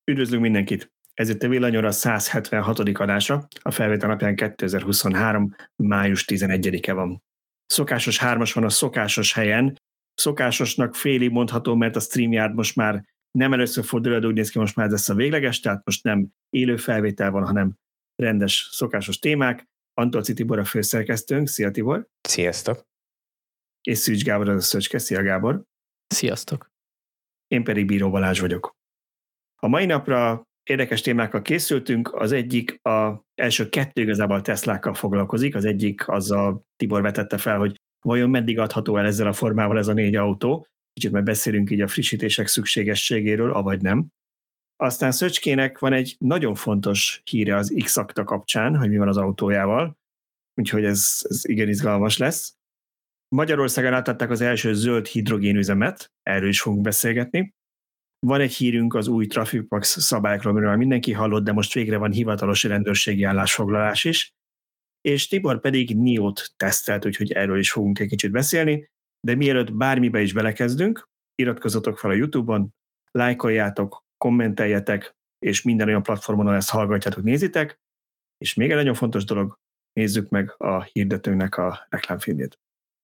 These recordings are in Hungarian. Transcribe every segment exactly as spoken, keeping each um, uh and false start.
Üdvözlünk mindenkit! Ez itt a Villanyóra száz hetvenhatodik adása, a felvétel napján kétezer-huszonhárom. május tizenegyedike van. Szokásos hármas van a szokásos helyen, szokásosnak félig mondható, mert a StreamYard most már nem először fordul elő, úgy néz ki, most már ez lesz a végleges, tehát most nem élő felvétel van, hanem rendes, szokásos témák. Antolci Tibor a főszerkesztőnk. Szia Tibor! Sziasztok! És Szűcs Gábor az a Szöcske. Szia Gábor! Sziasztok! Én pedig Bíró Balázs vagyok. A mai napra érdekes témákkal készültünk, az egyik a első kettő igazából a Teslákkal foglalkozik, az egyik azzal Tibor vetette fel, hogy vajon meddig adható el ezzel a formával ez a négy autó, kicsit majd beszélünk így a frissítések szükségességéről, avagy nem. Aztán Szöcskének van egy nagyon fontos híre az X-Acta kapcsán, hogy mi van az autójával, úgyhogy ez, ez igen izgalmas lesz. Magyarországon átadták az első zöld hidrogénüzemet, erről is fogunk beszélgetni. Van egy hírünk az új Trafikpax szabályokról, amiről mindenki hallott, de most végre van hivatalos rendőrségi állásfoglalás is. És Tibor pedig Niót tesztelt, úgyhogy erről is fogunk egy kicsit beszélni. De mielőtt bármibe is belekezdünk, iratkozzatok fel a YouTube-on, lájkoljátok, kommenteljetek, és minden olyan platformon, ahol ezt hallgatjátok, nézitek. És még egy nagyon fontos dolog, nézzük meg a hirdetőnek a reklámfilmjét.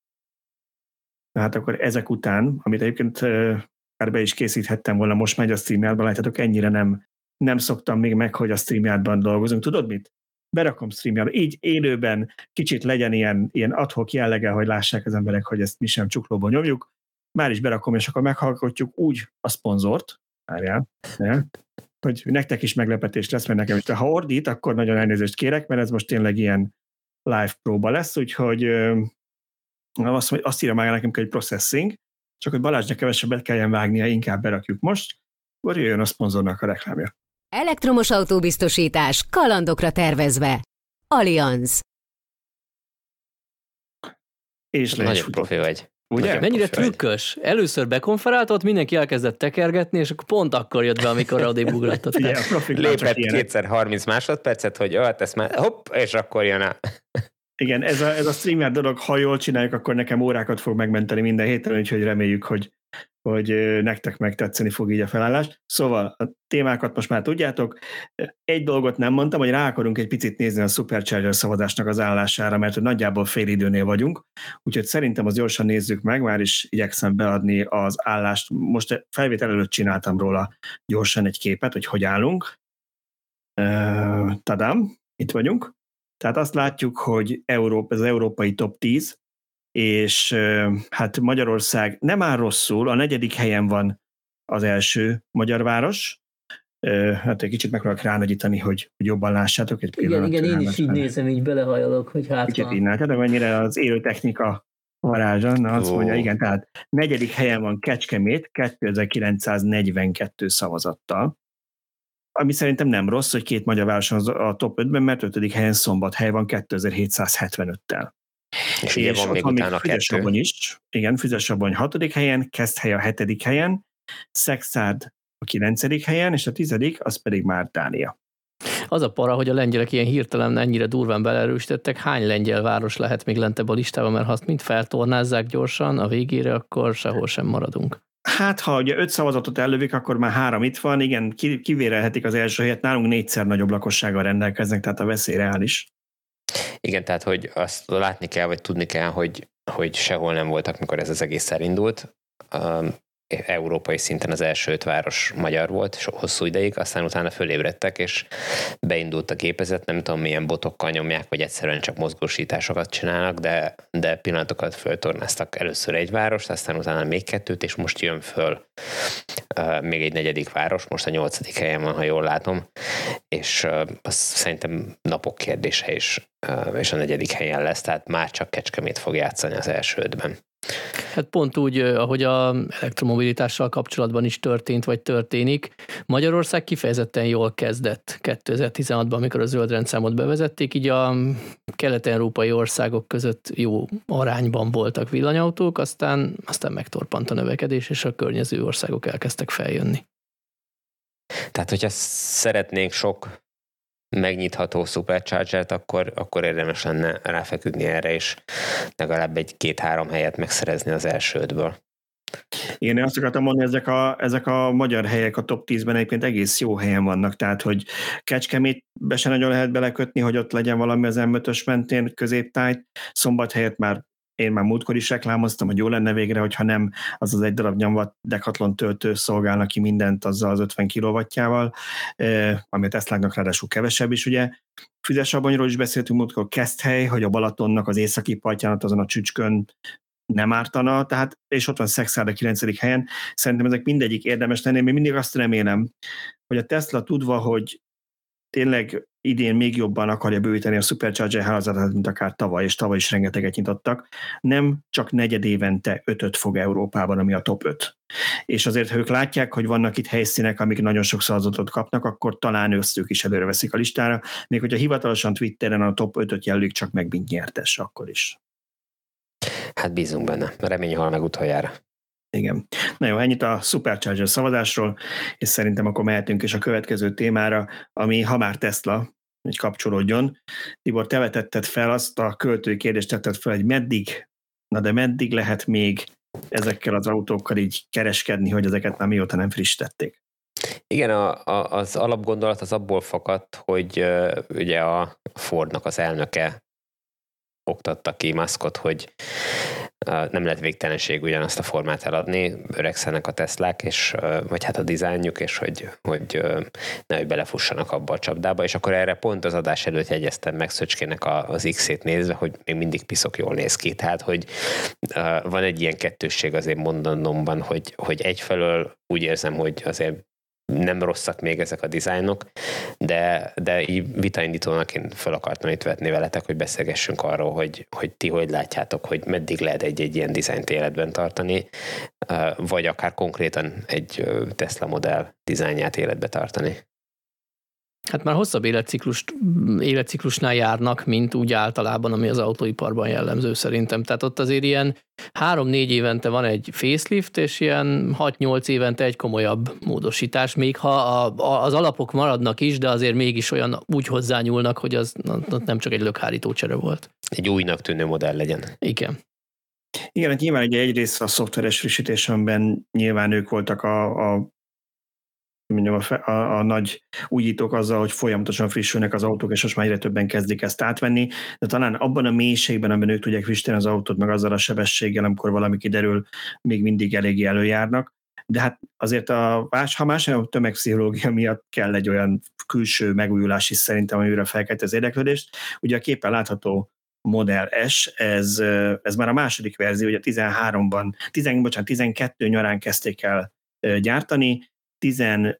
Hát akkor ezek után, amit egyébként már be is készíthettem volna, most megy a StreamYardban, látjátok, ennyire nem, nem szoktam még meg, hogy a StreamYardban dolgozunk. Tudod mit? Berakom StreamYardba, így élőben kicsit legyen ilyen, ilyen ad-hoc jellege, hogy lássák az emberek, hogy ezt mi sem csuklóban nyomjuk. Már is berakom, és akkor meghallgatjuk úgy a szponzort, várjál, ne, hogy nektek is meglepetés lesz, mert nekem is. De ha ordít, akkor nagyon elnézést kérek, mert ez most tényleg ilyen live próba lesz, úgyhogy azt, azt írja már nekem, hogy processing, csak hogy Balázsnak kevesebbet kelljen vágnia, inkább berakjuk most, akkor jöjjön a szponzornak a reklámja. Elektromos autóbiztosítás kalandokra tervezve. Allianz. És le is Nagyon profi vagy. Ugye? Nagyon Mennyire profi vagy. trükkös. Először bekonferáltott, mindenki elkezdett tekergetni, és akkor pont akkor jött be, amikor odébb ugrottat. Ugye, a profik már csak Lépett ilyenek. kétszer harminc másodpercet, hogy hát ezt már hopp, és akkor jön a... Igen, ez a, ez a StreamYard dolog, ha jól csináljuk, akkor nekem órákat fog megmenteni minden héten, úgyhogy reméljük, hogy, hogy nektek megtetszeni fog így a felállás. Szóval a témákat most már tudjátok. Egy dolgot nem mondtam, hogy rá akarunk egy picit nézni a Supercharger szavazásnak az állására, mert nagyjából fél időnél vagyunk, úgyhogy szerintem az gyorsan nézzük meg, már is igyekszem beadni az állást. Most felvétel előtt csináltam róla gyorsan egy képet, hogy hogy állunk. Uh, tadám, itt vagyunk. Tehát azt látjuk, hogy Európa, az európai top tíz, és hát Magyarország nem áll rosszul, a negyedik helyen van az első magyar város. Hát egy kicsit meg akarok ránagyítani, hogy jobban lássátok. Egy Igen, igen, én is így nézem, így belehajolok, hogy hát kicsit így látjátok, mennyire az élő technika varázsa. Na, azt Ó. mondja, igen, tehát negyedik helyen van Kecskemét kétezer-kilencszáznegyvenkettő szavazattal, ami szerintem nem rossz, hogy két magyar város a top ötben, mert ötödik helyen Szombathely van kétezer-hétszázhetvenöttel. És ugye van még utána kettő. Is. Igen, Füzesabony hatodik helyen, Keszthely a hetedik helyen, Szekszárd a kilencedik helyen, és a tizedik, az pedig már Dánia. Az a para, hogy a lengyelek ilyen hirtelen ennyire durván belerősítettek, hány lengyel város lehet még lentebb a listában, mert ha azt mind feltornázzák gyorsan a végére, akkor sehol sem maradunk. Hát, ha ugye öt szavazatot ellövik, akkor már három itt van, igen, kivérelhetik az első helyet, nálunk négyszer nagyobb lakossággal rendelkeznek, tehát a veszély reális. Igen, tehát hogy azt látni kell, vagy tudni kell, hogy, hogy sehol nem voltak, mikor ez az egész elindult. Um, európai szinten az első öt város magyar volt, és hosszú ideig, aztán utána fölébredtek, és beindult a gépezet, nem tudom milyen botokkal nyomják, vagy egyszerűen csak mozgósításokat csinálnak, de, de pillanatokat föltornáztak először egy várost, aztán utána még kettőt, és most jön föl uh, még egy negyedik város, most a nyolcadik helyen van, ha jól látom, és uh, az szerintem napok kérdése is, uh, és a negyedik helyen lesz, tehát már csak Kecskemét fog játszani az első ötben. Hát pont úgy, ahogy a elektromobilitással kapcsolatban is történt, vagy történik. Magyarország kifejezetten jól kezdett kétezer-tizenhatban, amikor a zöld rendszámot bevezették, így a kelet-európai országok között jó arányban voltak villanyautók, aztán, aztán megtorpant a növekedés, és a környező országok elkezdtek feljönni. Tehát, hogyha szeretnénk sok megnyitható Superchargert, akkor, akkor érdemes lenne ráfeküdni erre, és legalább egy két-három helyet megszerezni az első ötből. Igen, én azt akartam mondani, ezek a, ezek a magyar helyek a top tízben egyébként egész jó helyen vannak, tehát hogy Kecskemétbe se nagyon lehet belekötni, hogy ott legyen valami az em ötös mentén középtájt, Szombathelyet már én már múltkor is reklámoztam, hogy jó lenne végre, hogyha nem az az egy darab nyomvat Decathlon töltő szolgálna ki mindent azzal az ötven kilowattjával, ami a Tesláknak ráadásul kevesebb is, ugye. Füzesabonyról is beszéltünk múltkor, Keszthely, hogy a Balatonnak az északi partján, azon a csücskön nem ártana, tehát, és ott van Szexárd a kilencedik helyen. Szerintem ezek mindegyik érdemes lenni. Én mindig azt remélem, hogy a Tesla tudva, hogy tényleg idén még jobban akarja bővíteni a Supercharger hálózatát, mint akár tavaly, és tavaly is rengeteget nyitottak, nem csak negyed évente ötöt fog Európában, ami a top öt. És azért, ha ők látják, hogy vannak itt helyszínek, amik nagyon sok szavazatot kapnak, akkor talán ősztük is előre veszik a listára, még hogyha hivatalosan Twitteren a top ötöt jelölik csak meg, mint nyertes, akkor is. Hát bízunk benne. Remény hal meg utoljára. Igen. Na jó, ennyit a Supercharger szavazásról, és szerintem akkor mehetünk is a következő témára, ami ha már Tesla, hogy kapcsolódjon. Tibor, te vetetted fel azt a költői kérdést, tetted fel, hogy meddig, na de meddig lehet még ezekkel az autókkal így kereskedni, hogy ezeket már mióta nem frissítették? Igen, a, a, az alapgondolat az abból fakadt, hogy uh, ugye a Fordnak az elnöke oktatta ki Muskot, hogy uh, nem lehet végtelenség ugyanazt a formát eladni, öregszenek a Teslák, és, uh, vagy hát a dizájnjuk, és hogy, hogy uh, ne, hogy belefussanak abba a csapdába, és akkor erre pont az adás előtt jegyeztem meg Szöcskének a, az X-ét nézve, hogy még mindig piszok jól néz ki, tehát hogy uh, van egy ilyen kettősség az én mondanomban, hogy, hogy egyfelől úgy érzem, hogy azért nem rosszak még ezek a dizájnok, de, de így vitaindítónak én fel akartam itt vetni veletek, hogy beszélgessünk arról, hogy, hogy ti hogy látjátok, hogy meddig lehet egy-egy ilyen dizájnt életben tartani, vagy akár konkrétan egy Tesla modell dizájnját életbe tartani. Hát már hosszabb életciklus, életciklusnál járnak, mint úgy általában, ami az autóiparban jellemző szerintem. Tehát ott azért ilyen három-négy évente van egy facelift, és ilyen hat-nyolc évente egy komolyabb módosítás, még ha a, a, az alapok maradnak is, de azért mégis olyan úgy hozzányúlnak, hogy az nem csak egy lökhárító csere volt. egy újnak tűnő modell legyen. Igen. Igen, hát nyilván ugye egyrészt a szoftveres frissítésemben nyilván ők voltak a, a mondjam, a, a, a nagy újítók azzal, hogy folyamatosan frissülnek az autók, és most már egyre többen kezdik ezt átvenni, de talán abban a mélységben, amiben ők tudják frissíteni az autót, meg azzal a sebességgel, amikor valami kiderül, még mindig eléggé előjárnak. De hát azért a más, ha más a tömegpszichológia miatt kell egy olyan külső megújulás is szerintem, amire felkelti az érdeklődést. Ugye a képen látható Model S, ez, ez már a második verzió, ugye tizenháromban, tíz, bocsánat, tizenkettő nyarán kezdték el gyártani, tizenöt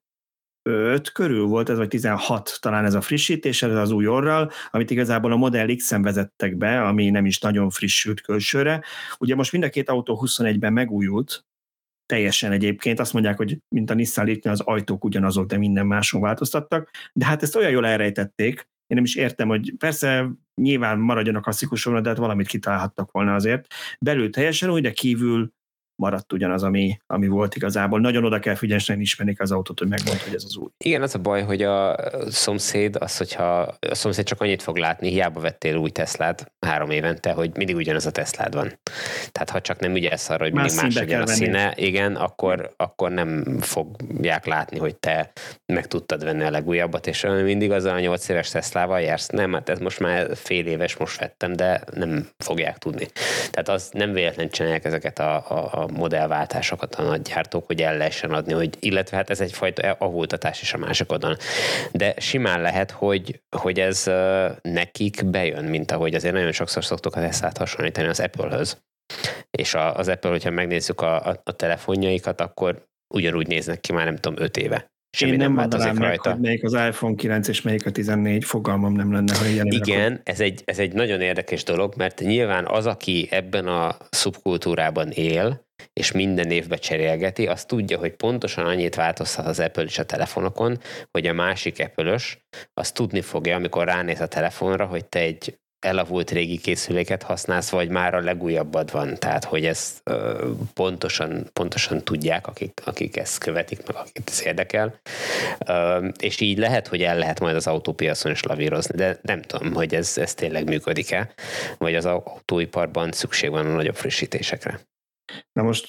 körül volt ez, vagy tizenhat talán ez a frissítés, ez az új orral, amit igazából a Model X-en vezettek be, ami nem is nagyon frissült külsőre. Ugye most mind a két autó huszonegyben megújult, teljesen egyébként, azt mondják, hogy mint a Nissan Leafnél az ajtók ugyanazok, de minden máson változtattak, de hát ezt olyan jól elrejtették, én nem is értem, hogy persze nyilván maradjon a klasszikus vonal, de hát valamit kitalálhattak volna azért. Belül teljesen új, de kívül maradt ugyanaz, ami, ami volt igazából. Nagyon oda kell figyelni, ismernék az autót, hogy megmond, hogy ez az új. Igen, az a baj, hogy a szomszéd, az, hogyha a szomszéd csak annyit fog látni, hiába vettél új Teslát három évente, hogy mindig ugyanaz a Teslád van. Tehát ha csak nem ügyelsz arra, hogy mindig más legyen a színe, igen, akkor, akkor nem fogják látni, hogy te meg tudtad venni a legújabbat, és mindig az a nyolc éves Teslával jársz. Nem, hát ez most már fél éves, most vettem, de nem fogják tudni. Tehát az nem véletlen csinálják ezeket a, a a modellváltásokat a nagygyártók, hogy el lehessen adni, hogy, illetve hát ez egyfajta avultatás is a másik oldalon. De simán lehet, hogy, hogy ez uh, nekik bejön, mint ahogy azért nagyon sokszor szoktuk a Teslát hasonlítani az Apple-höz. És a, az Apple, hogyha megnézzük a, a, a telefonjaikat, akkor ugyanúgy néznek ki már nem tudom öt éve. Semmi Én nem, nem változik meg, rajta. Hogy melyik az iPhone kilenc és melyik a tizennégy, fogalmam nem lenne, ha ilyen. Igen, akkor... ez egy, ez egy nagyon érdekes dolog, mert nyilván az, aki ebben a szubkultúrában él, és minden évben cserélgeti, az tudja, hogy pontosan annyit változtat az Apple is a telefonokon, hogy a másik Apple-ös az tudni fogja, amikor ránéz a telefonra, hogy te egy elavult régi készüléket használsz, vagy már a legújabbad van. Tehát, hogy ezt ö, pontosan, pontosan tudják, akik, akik ezt követik, meg akik ez érdekel. Ö, és így lehet, hogy el lehet majd az autópiacon is lavírozni, de nem tudom, hogy ez, ez tényleg működik-e, vagy az autóiparban szükség van a nagyobb frissítésekre. Na most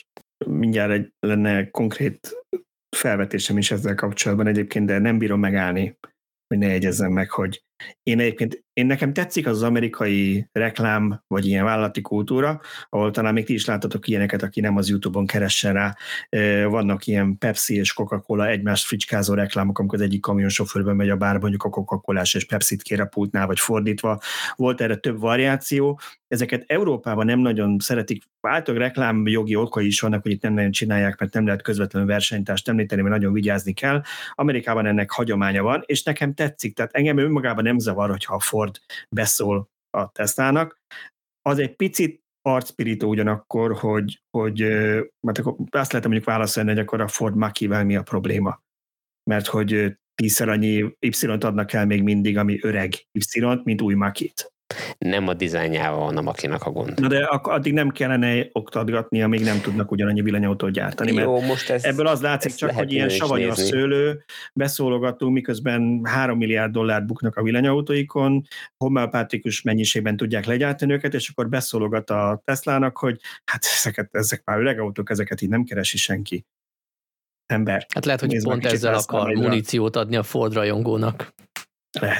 mindjárt egy, lenne konkrét felvetésem is ezzel kapcsolatban egyébként, de nem bírom megállni, hogy ne jegyezzem meg, hogy én egyébként, én nekem tetszik az, az amerikai reklám, vagy ilyen vállalati kultúra, ahol talán még ti is láttatok ilyeneket, aki nem az YouTube-on keressen rá. Vannak ilyen Pepsi és Coca-Cola egymást fricskázó reklámok, amikor az egyik kamionsofőrben megy a bárba, mondjuk a Coca-Colás és Pepsit kér a pultnál, vagy fordítva. Volt erre több variáció. Ezeket Európában nem nagyon szeretik. Általában reklámjogi okai is vannak, hogy itt nem nagyon csinálják, mert nem lehet közvetlenül versenytást említeni, mert nagyon vigyázni kell. Amerikában ennek hagyománya van, és nekem tetszik. Tehát engem önmagában nem zavar, hogyha a Ford beszól a Teslának. Az egy picit arcpirító ugyanakkor, hogy, hogy mert akkor azt lehetem mondjuk válaszolni, hogy akkor a Ford Mach-kivel mi a probléma. Mert hogy tízszer annyi Y-t adnak el még mindig, ami öreg Y-t, mint új Mach-it. Nem a dizájnjával van a Machinak a gond. Na de addig nem kellene oktatgatni, amíg nem tudnak ugyanannyi villanyautót gyártani. Jó, most ez, ebből az látszik csak, hogy ilyen savanyú a szőlő, beszólogatunk, miközben három milliárd dollárt buknak a villanyautóikon, homeopátikus mennyiségben tudják legyártani őket, és akkor beszólogat a Teslának, hogy hát ezeket, ezek már öreg autók, ezeket így nem keresi senki. Ember. Hát lehet, hogy pont ezzel akar muníciót adni a Ford rajongónak. Lehet.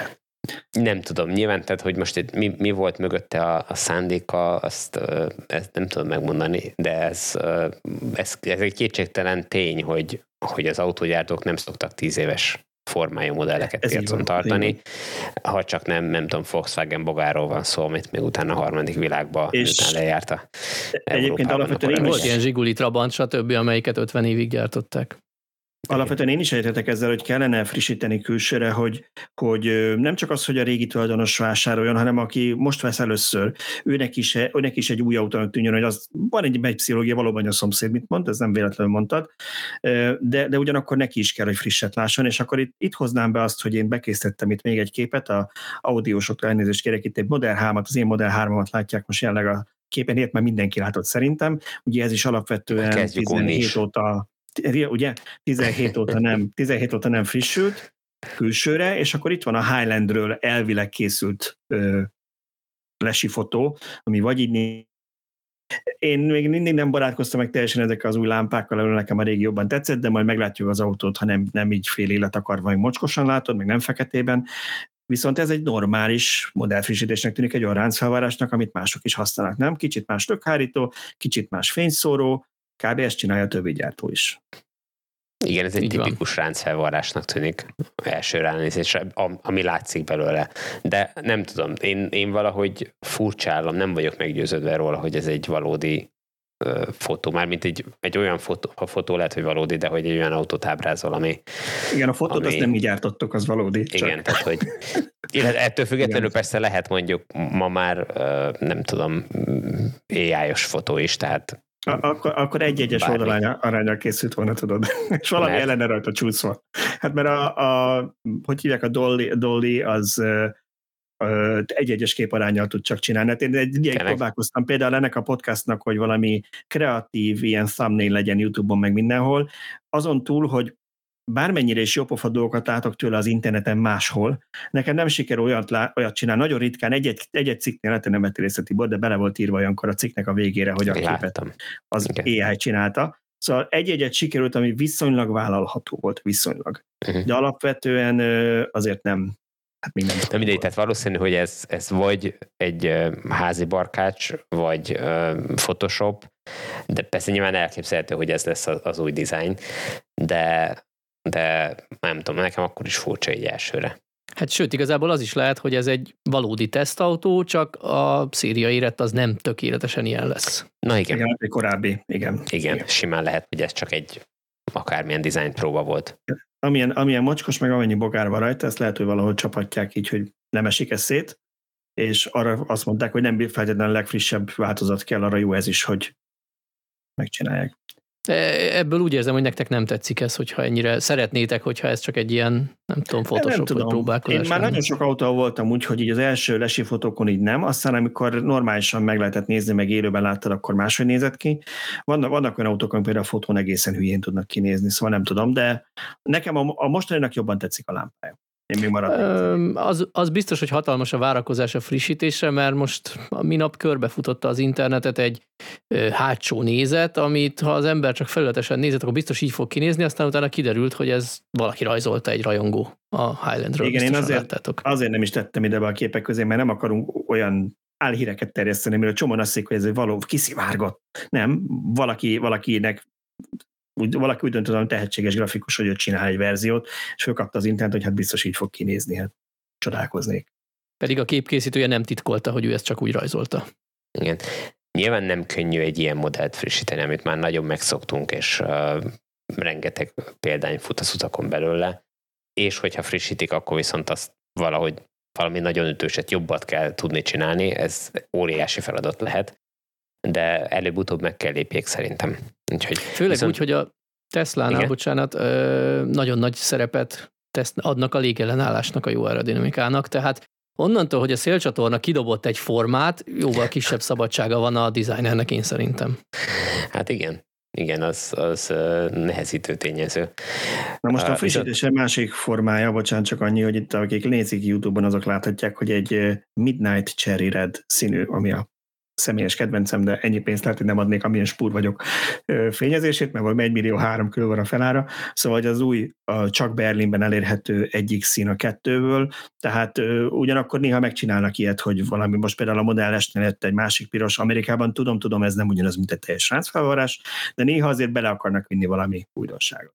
Nem tudom, nyilván, tehát, hogy most itt mi, mi volt mögötte a, a szándéka, azt ezt nem tudom megmondani, de ez, ez, ez egy kétségtelen tény, hogy, hogy az autógyártók nem szoktak tíz éves formájú modelleket ez piacon tartani, ha csak nem, nem tudom, Volkswagen Bogáról van szó, amit még utána a harmadik világban után lejárta. Egyébként alapvetően volt ilyen Zsiguli Trabant, stb., amelyiket ötven évig gyártották. Alapvetően én is egyetek ezzel, hogy kellene frissíteni külsőre, hogy, hogy nem csak az, hogy a régi tulajdonos vásároljon, hanem aki most vesz először, őnek is, őnek is egy új autónak tűnjön, hogy az van egy, egy pszichológia, valóban a szomszéd mit mond, ez nem véletlenül mondtad, de, de ugyanakkor neki is kell, hogy frisset lásson, és akkor itt, itt hoznám be azt, hogy én bekészítettem itt még egy képet, a audiósoktól elnézést kérek, itt egy Model hármat, az én Model hármamat látják most jelenleg a képen, ilyet már mindenki látott szerintem, ugye ez is alapvetően tizenhét óta ugye tizenhét óta nem, tizenhét óta nem frissült külsőre, és akkor itt van a Highlandről elvileg készült ö, lesi fotó, ami vagy így én még mindig nem barátkoztam meg teljesen ezekkel az új lámpákkal, ahol nekem a régi jobban tetszett, de majd meglátjuk az autót, ha nem, nem így fél élet akarva, meg mocskosan látod, meg nem feketében. Viszont ez egy normális modellfrissítésnek tűnik, egy olyan ráncfelvárásnak, amit mások is használnak, nem? Kicsit más lökhárító, kicsit más fényszóró, kb. Ezt csinálja a többi gyártó is. Igen, ez egy így tipikus van. Ráncfelvarrásnak tűnik első ránézésre, ami látszik belőle. De nem tudom, én, én valahogy furcsálom, nem vagyok meggyőződve róla, hogy ez egy valódi uh, fotó, mármint egy, egy olyan fotó, a fotó lehet, hogy valódi, de hogy egy olyan autót ábrázol, ami... Igen, a fotót ami, azt nem így gyártottok, az valódi. Igen, csak. Tehát, hogy illetve ettől függetlenül igen. Persze lehet mondjuk ma már, uh, nem tudom, á i-os fotó is, tehát Akkor, akkor egy-egyes oldalányra készült volna, tudod. És valami mert... ellene rajta csúszva. Hát mert a, a hogy hívják, a Dolly, Dolly az uh, egy-egyes képarányjal tud csak csinálni. Hát én egy ilyen próbálkoztam például ennek a podcastnak, hogy valami kreatív ilyen thumbnail legyen YouTube-on meg mindenhol. Azon túl, hogy bármennyire is jópofa dolgokat látok tőle az interneten máshol, nekem nem sikerül olyat, olyat csinálni. Nagyon ritkán egy-egy, egy-egy cikknél, lehet, nem vettél észre, Tibor, de bele volt írva olyankor a cikknek a végére, hogy a képet az okay. á i csinálta. Szóval egy-egyet sikerült, ami viszonylag vállalható volt, viszonylag. Uh-huh. De alapvetően azért nem, hát még nem. De mindegy, tehát valószínű, hogy ez, ez vagy egy házi barkács, vagy Photoshop, de persze nyilván elképzelhető, hogy ez lesz az, az új dizájn, de de nem tudom, nekem akkor is furcsa így elsőre. Hát sőt, igazából az is lehet, hogy ez egy valódi tesztautó, csak a szériai érett az nem tökéletesen ilyen lesz. Na igen. Igen, egy korábbi, igen. igen. Igen, simán lehet, hogy ez csak egy akármilyen design próba volt. Amilyen, amilyen mocskos, meg amennyi bogár van rajta, ezt lehet, hogy valahol csapatják így, hogy nem esik ez szét, és arra azt mondták, hogy nem feltétlenül a legfrissebb változat kell, arra jó ez is, hogy megcsinálják. Ebből úgy érzem, hogy nektek nem tetszik ez, hogyha ennyire szeretnétek, hogyha ez csak egy ilyen, nem tudom, Photoshop vagy próbálkozás. Én már nagyon sok autóval voltam úgy, hogy így az első lesi fotókon így nem, aztán amikor normálisan meg lehetett nézni, meg élőben láttad, akkor máshogy nézett ki. Vannak, vannak olyan autók, például a fotón egészen hülyén tudnak kinézni, szóval nem tudom, de nekem a, a mostaninak jobban tetszik a lámpája. Én még maradnék. Az, az biztos, hogy hatalmas a várakozás a frissítésre, mert most a minap körbefutotta az internetet egy hátsó nézet, amit ha az ember csak felületesen nézett, akkor biztos így fog kinézni, aztán utána kiderült, hogy ez valaki rajzolta, egy rajongó a Highlandről. Igen, én azért, azért nem is tettem ide be a képek közé, mert nem akarunk olyan álhíreket terjeszteni, mert a csomóan azt hiszik, hogy ez egy való kiszivárgott. Nem, valaki, valakinek úgy, valaki úgy döntött, hogy tehetséges grafikus, hogy ő csinál egy verziót, és fölkapta az internet, hogy hát biztos így fog kinézni, hát csodálkoznék. Pedig a képkészítője nem titkolta, hogy ő ezt csak úgy rajzolta. Igen. Nyilván nem könnyű egy ilyen modellt frissíteni, amit már nagyon megszoktunk, és uh, rengeteg példány fut az utakon belőle, és hogyha frissítik, akkor viszont azt valahogy valami nagyon ütőset, jobbat kell tudni csinálni, ez óriási feladat lehet, de előbb-utóbb meg kell lépjék szerintem. Úgyhogy Főleg viszont... úgy, hogy a Teslánál, igen? bocsánat, nagyon nagy szerepet adnak a légellenállásnak, a jó aerodinamikának, tehát onnantól, hogy a szélcsatorna kidobott egy formát, jóval kisebb szabadsága van a designernek, én szerintem. Hát igen. Igen, az, az nehezítő tényező. Na most a frissítés egy másik formája, bocsánat, csak annyi, hogy itt akik nézik YouTube-on, azok láthatják, hogy egy Midnight Cherry Red színű, ami a személyes kedvencem, de ennyi pénzt lehet, hogy nem adnék, amilyen spúr vagyok fényezését, mert vagy egy millió három körül van a felára. Szóval hogy az új, a csak Berlinben elérhető egyik szín a kettőből, tehát ugyanakkor néha megcsinálnak ilyet, hogy valami, most például a Model S-nél lett egy másik piros, Amerikában tudom, tudom, ez nem ugyanaz, mint egy teljes ráncfelvarrás, de néha azért bele akarnak vinni valami újdonságot.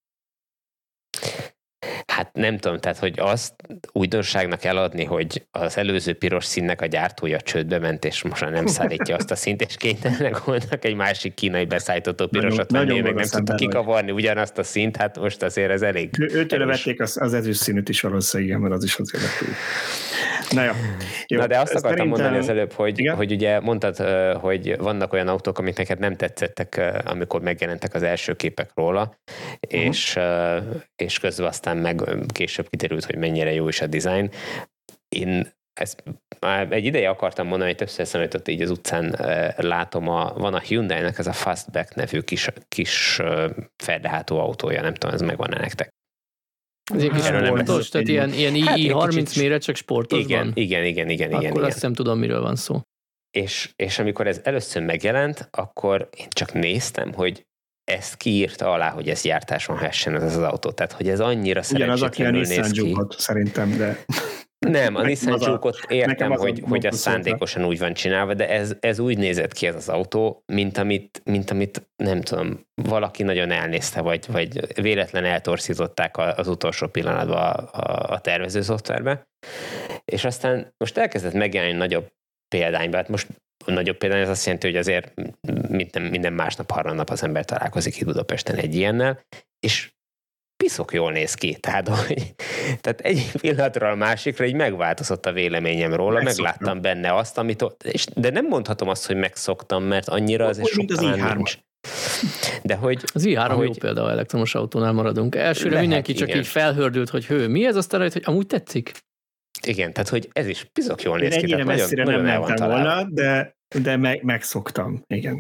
Hát nem tudom, tehát, hogy azt újdonságnak eladni, hogy az előző piros színnek a gyártója csődbe ment, és most már nem szállítja azt a szint, és kénytelenek voltak egy másik kínai beszállított pirosat venni, meg nem tudta kikavarni ugyanazt a szint, hát most azért ez elég... Ő, őtől vették az, az ezüst színűt is valószínűleg, igen, mert az is azért lett úgy. Na jó. jó. Na de azt akartam szerintem... mondani az előbb, hogy, hogy ugye mondtad, hogy vannak olyan autók, amik neked nem tetszettek, amikor megjelentek az első képek róla, uh-huh. és, és közben aztán meg később kiderült, hogy mennyire jó is a design. Én ezt már egy ideje akartam mondani, hogy többször eszembe jutott, így az utcán látom, a, van a Hyundai-nek ez a Fastback nevű kis, kis ferdehátú autója, nem tudom, ez megvan-e nektek. Ez egy kis sportos, tehát ilyen, ilyen hát I harminc kicsit... méret, csak sportosban. Igen, igen, igen, igen. Akkor igen, azt hiszem tudom, miről van szó. És, és amikor ez először megjelent, akkor én csak néztem, hogy ezt kiírta alá, hogy ez gyártáson hessen ez az autó. Tehát, hogy ez annyira szerencsétlenül néz ki. Ugyanaz, aki a Nissan Juke-ot szerintem, de... Nem, a Nissan Juke-ot értem, hogy, a, hogy az szándékosan úgy van csinálva, de ez, ez úgy nézett ki ez az autó, mint amit, mint amit nem tudom, valaki nagyon elnézte, vagy, vagy véletlen eltorszították az utolsó pillanatban a, a, a tervező szoftverbe. És aztán most elkezdett megjelenni nagyobb példányba. Hát most a nagyobb példány az azt jelenti, hogy azért minden, minden másnap, harmadnap az ember találkozik itt Budapesten egy ilyennel, és piszok jól néz ki. Tehát, hogy, tehát egy pillanatról a másikra így megváltozott a véleményem róla, megszoktam. Megláttam benne azt, amit ott, és, de nem mondhatom azt, hogy megszoktam, mert annyira azért sok talán nincs. De hogy, az i három hogy, jó például elektromos autónál maradunk. Elsőre lehet, mindenki csak igen. így felhördült, hogy hő, mi ez, aztán rájött, hogy amúgy tetszik. Igen, tehát hogy ez is piszok jól néz ki. Ennyire messzire nagyon, nem mentem volna, de, de meg, megszoktam. Igen.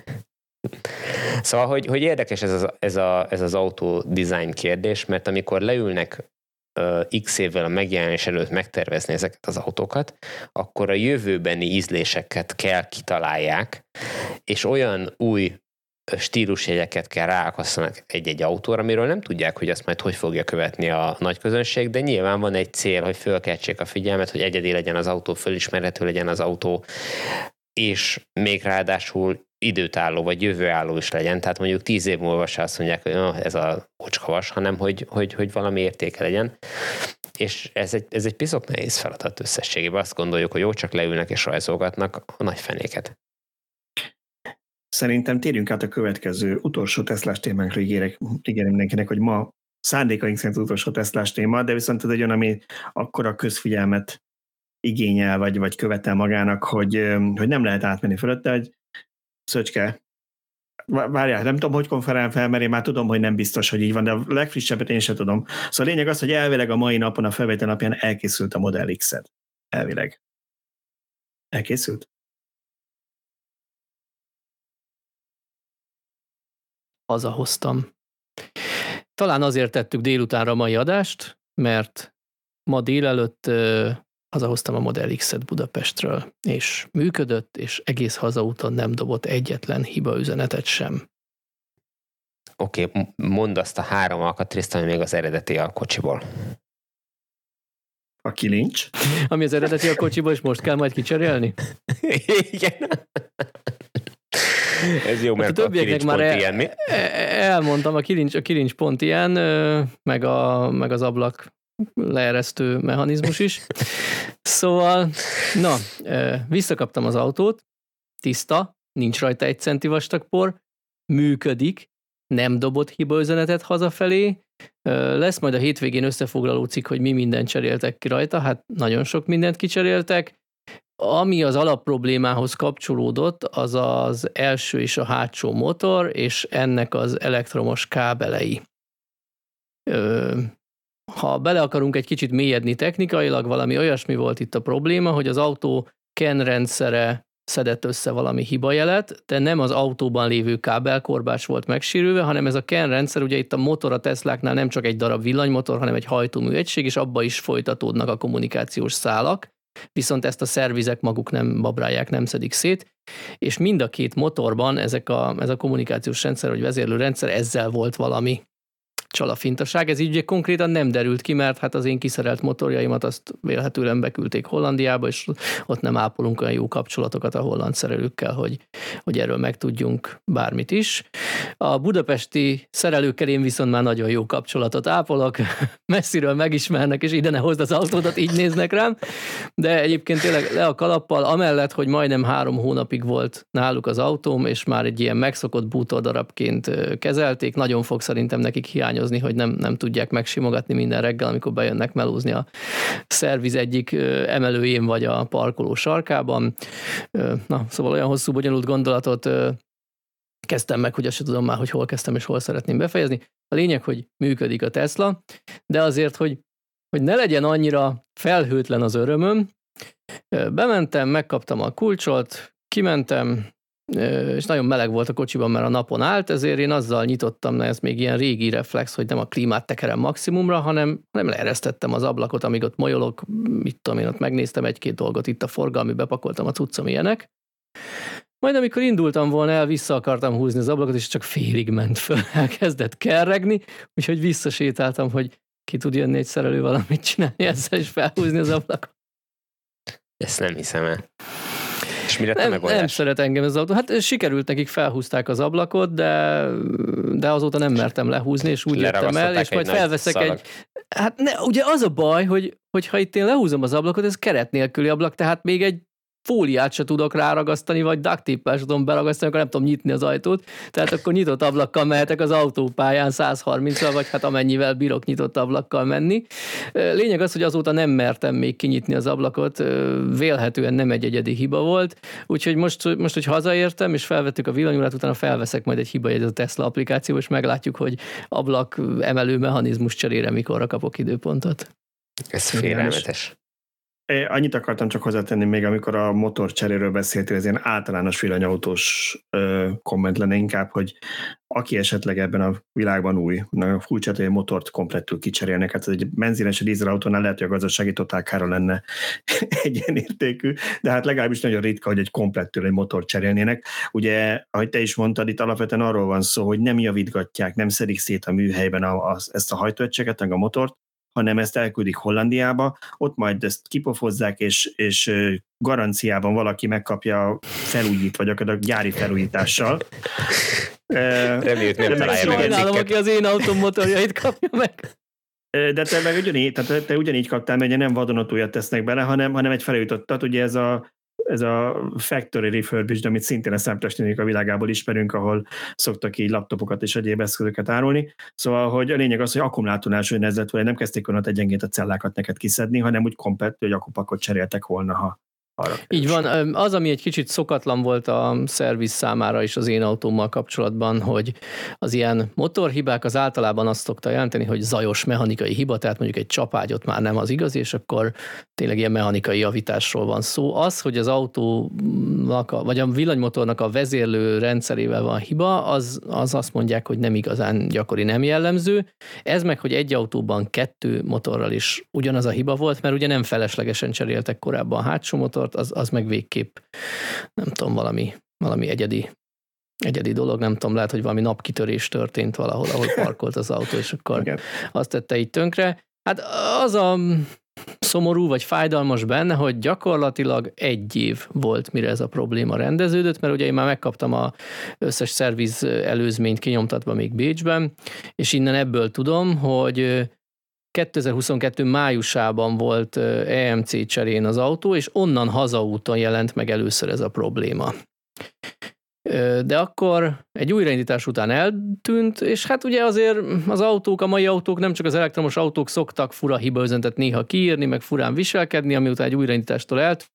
Szóval, hogy, hogy érdekes ez az, ez, a, ez az autó design kérdés, mert amikor leülnek uh, x évvel a megjelenés előtt megtervezni ezeket az autókat, akkor a jövőbeni ízléseket kell kitalálják, és olyan új stílusjegyeket kell ráakasztanak egy-egy autóra, amiről nem tudják, hogy azt majd hogy fogja követni a nagy közönség, de nyilván van egy cél, hogy fölkeltsék a figyelmet, hogy egyedi legyen az autó, fölismerhető legyen az autó, és még ráadásul időtálló vagy jövőálló is legyen, tehát mondjuk tíz év múlva se azt mondják, hogy no, ez a ocskavas, hanem hogy, hogy, hogy valami értéke legyen. És ez egy, ez egy piszok nehéz feladat összességében. Azt gondoljuk, hogy jó, csak leülnek és rajzolgatnak a nagy fenéket. Szerintem térjünk át a következő utolsó Teslás témánkra, ígérek, ígérem mindenkinek, hogy ma szándékaink szerint utolsó Teslás téma, de viszont ez egy olyan, ami akkora közfigyelmet igényel, vagy, vagy követel magának, hogy, hogy nem lehet átmenni fölötte, hogy Szöcske, várjál, nem tudom, hogy konferál fel, mert én már tudom, hogy nem biztos, hogy így van, de a legfrissebbet én sem tudom. Szóval a lényeg az, hogy elvileg a mai napon, a felvétel napján elkészült a Model X-ed. Elvileg. Elkészült? Hazahoztam. Talán azért tettük délutánra a mai adást, mert ma délelőtt hazahoztam a Model X-et Budapestről, és működött, és egész hazaúton nem dobott egyetlen hibaüzenetet sem. Oké, okay, mondd azt a három alkatrészt, ami még az eredeti a kocsiból. A kilincs. Ami az eredeti a kocsiból, és most kell majd kicserélni? Igen. Ez jó, mert hát a, a kilincs már pont el, ilyen, mi? Elmondtam, a kilincs, a kilincs pont ilyen, meg, a, meg az ablak leeresztő mechanizmus is. Szóval, na, visszakaptam az autót, tiszta, nincs rajta egy centi vastag por, működik, nem dobott hibaüzenetet hazafelé, lesz majd a hétvégén összefoglaló cikk, hogy mi mindent cseréltek ki rajta, hát nagyon sok mindent kicseréltek. Ami az alapproblémához kapcsolódott, az az első és a hátsó motor, és ennek az elektromos kábelei. Ha bele akarunk egy kicsit mélyedni technikailag, valami olyasmi volt itt a probléma, hogy az autó ken rendszere szedett össze valami hibajelet, de nem az autóban lévő kábelkorbács volt megsérülve, hanem ez a ken rendszer, ugye itt a motor a Tesláknál nem csak egy darab villanymotor, hanem egy hajtómű egység, és abba is folytatódnak a kommunikációs szálak, viszont ezt a szervizek maguk nem babrálják, nem szedik szét, és mind a két motorban ezek a, ez a kommunikációs rendszer, vagy vezérlő rendszer, ezzel volt valami csalafintaság. Ez így ugye konkrétan nem derült ki, mert hát az én kiszerelt motorjaimat azt vélhetően beküldték Hollandiába, és ott nem ápolunk olyan jó kapcsolatokat a holland szerelőkkel, hogy, hogy erről megtudjunk bármit is. A budapesti szerelőkkel én viszont már nagyon jó kapcsolatot ápolok, messziről megismernek, és ide ne hozd az autódat, így néznek rám, de egyébként tényleg le a kalappal, amellett, hogy majdnem három hónapig volt náluk az autóm, és már egy ilyen megszokott bútordarabként kezelték, nagyon fog szerintem nekik hiányozni, hogy nem, nem tudják megsimogatni minden reggel, amikor bejönnek melózni a szerviz egyik emelőjén vagy a parkoló sarkában. Na, szóval olyan hosszú, bonyolult gondolatot kezdtem meg, hogy azt sem tudom már, hogy hol kezdtem és hol szeretném befejezni. A lényeg, hogy működik a Tesla, de azért, hogy, hogy ne legyen annyira felhőtlen az örömöm, bementem, megkaptam a kulcsot, kimentem, és nagyon meleg volt a kocsiban, mert a napon állt, ezért én azzal nyitottam, na ez még ilyen régi reflex, hogy nem a klímát tekerem maximumra, hanem nem leeresztettem az ablakot, amíg ott molyolok, mit tudom én, ott megnéztem egy-két dolgot, itt a forgalmi, bepakoltam a cuccom, ilyenek. Majd amikor indultam volna el, vissza akartam húzni az ablakot, és csak félig ment föl, elkezdett kerregni, úgyhogy visszasétáltam, hogy ki tud jönni egy szerelő valamit csinálni ezzel, és felhúzni az ablakot. Ezt nem hiszem el. És mire nem, nem szeret engem ez az autó. Hát sikerült nekik, felhúzták az ablakot, de, de azóta nem mertem lehúzni, és úgy jöttem el, és majd felveszek szalag. egy... Hát ne, ugye az a baj, hogy, hogy ha itt én lehúzom az ablakot, ez keret nélküli ablak, tehát még egy fóliát se tudok ráragasztani, vagy duct tape-el se tudom beragasztani, akkor nem tudom nyitni az ajtót, tehát akkor nyitott ablakkal mehetek az autópályán száz harminccal, vagy hát amennyivel bírok nyitott ablakkal menni. Lényeg az, hogy azóta nem mertem még kinyitni az ablakot, vélhetően nem egy egyedi hiba volt, úgyhogy most, most hogy hazaértem, és felvettük a villanyórát, utána felveszek majd egy hibajegyet a Tesla applikációba, és meglátjuk, hogy ablak emelő mechanizmus cserére mikorra kapok időpontot. Ez félelmetes. Annyit akartam csak hozzátenni még, amikor a motorcseréről beszéltél, ez ilyen általános villanyautós ö, komment lenne inkább, hogy aki esetleg ebben a világban új, furcsa, hogy a motort komplettül kicserélnek, hát egy benzines, dízelautónál lehet, hogy a gazdasági totálkára lenne egyenértékű, de hát legalábbis nagyon ritka, hogy egy komplettül egy motort cserélnének. Ugye, ahogy te is mondtad, itt alapvetően arról van szó, hogy nem javítgatják, nem szedik szét a műhelyben a, a, ezt a hajtóegységet, meg a motort, hanem ezt elküldik Hollandiába, ott majd ezt kipofozzák, és, és garanciában valaki megkapja felújít, vagy akár a gyári felújítással. Reméljük nem találja meg sajnálom, aki az én autóm motorjait kapja meg. De te meg ugyanígy, tehát te ugyanígy kaptál, mert nem vadonatújat tesznek bele, hanem, hanem egy felújítottat, ugye ez a ez a factory refurbished, amit szintén a számítástechnika világából ismerünk, ahol szoktak így laptopokat és egyéb eszközöket árulni. Szóval, hogy a lényeg az, hogy akkumulátornál sőn ez lett volna, nem kezdték volna egyenként a cellákat neked kiszedni, hanem úgy komplett, hogy akkupakot cseréltek volna, ha arra. Így van, az, ami egy kicsit szokatlan volt a szerviz számára is az én autómmal kapcsolatban, hogy az ilyen motorhibák az általában azt szokta jelenteni, hogy zajos mechanikai hiba, tehát mondjuk egy csapágyot már nem az igazi, és akkor tényleg ilyen mechanikai javításról van szó. Az, hogy az autónak, a, vagy a villanymotornak a vezérlő rendszerével van hiba, az, az azt mondják, hogy nem igazán gyakori, nem jellemző. Ez meg, hogy egy autóban kettő motorral is ugyanaz a hiba volt, mert ugye nem feleslegesen cseréltek korábban a hátsó motort, az, az meg végképp, nem tudom, valami, valami egyedi, egyedi dolog, nem tudom, lehet, hogy valami napkitörés történt valahol, ahol parkolt az autó, és akkor igen, azt tette így tönkre. Hát az a szomorú vagy fájdalmas benne, hogy gyakorlatilag egy év volt, mire ez a probléma rendeződött, mert ugye én már megkaptam az összes szerviz előzményt kinyomtatva még Bécsben, és innen ebből tudom, hogy kétezer-huszonkettő májusában volt E M C cserén az autó, és onnan hazaúton jelent meg először ez a probléma. De akkor egy újraindítás után eltűnt, és hát ugye azért az autók, a mai autók, nem csak az elektromos autók szoktak fura hibaüzenetet néha kiírni, meg furán viselkedni, ami után egy újraindítástól eltűnt.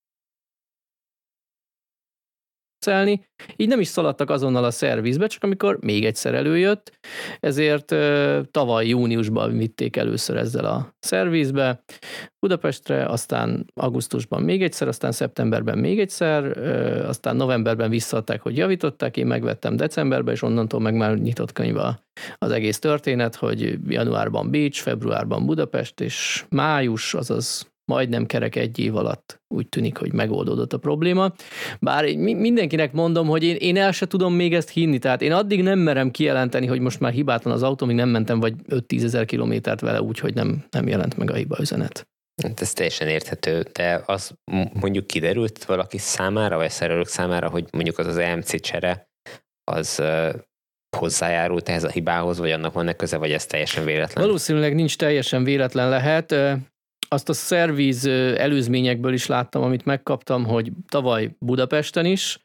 Így nem is szaladtak azonnal a szervizbe, csak amikor még egyszer előjött, ezért tavaly júniusban vitték először ezzel a szervizbe Budapestre, aztán augusztusban még egyszer, aztán szeptemberben még egyszer, aztán novemberben visszaadták, hogy javították, én megvettem decemberben, és onnantól meg már nyitott könyv az egész történet, hogy januárban Bécs, februárban Budapest, és május, azaz majdnem kerek egy év alatt úgy tűnik, hogy megoldódott a probléma. Bár mindenkinek mondom, hogy én, én el se tudom még ezt hinni, tehát én addig nem merem kijelenteni, hogy most már hibátlan az autó, míg nem mentem vagy öt-tízezer kilométert vele úgy, hogy nem, nem jelent meg a hibaüzenet. Ez teljesen érthető, de az mondjuk kiderült valaki számára, vagy szerelők számára, hogy mondjuk az az E M C csere, az uh, hozzájárult ehhez a hibához, vagy annak van-e köze, vagy ez teljesen véletlen? Valószínűleg nincs teljesen véletlen lehet. Azt a szerviz előzményekből is láttam, amit megkaptam, hogy tavaly Budapesten is,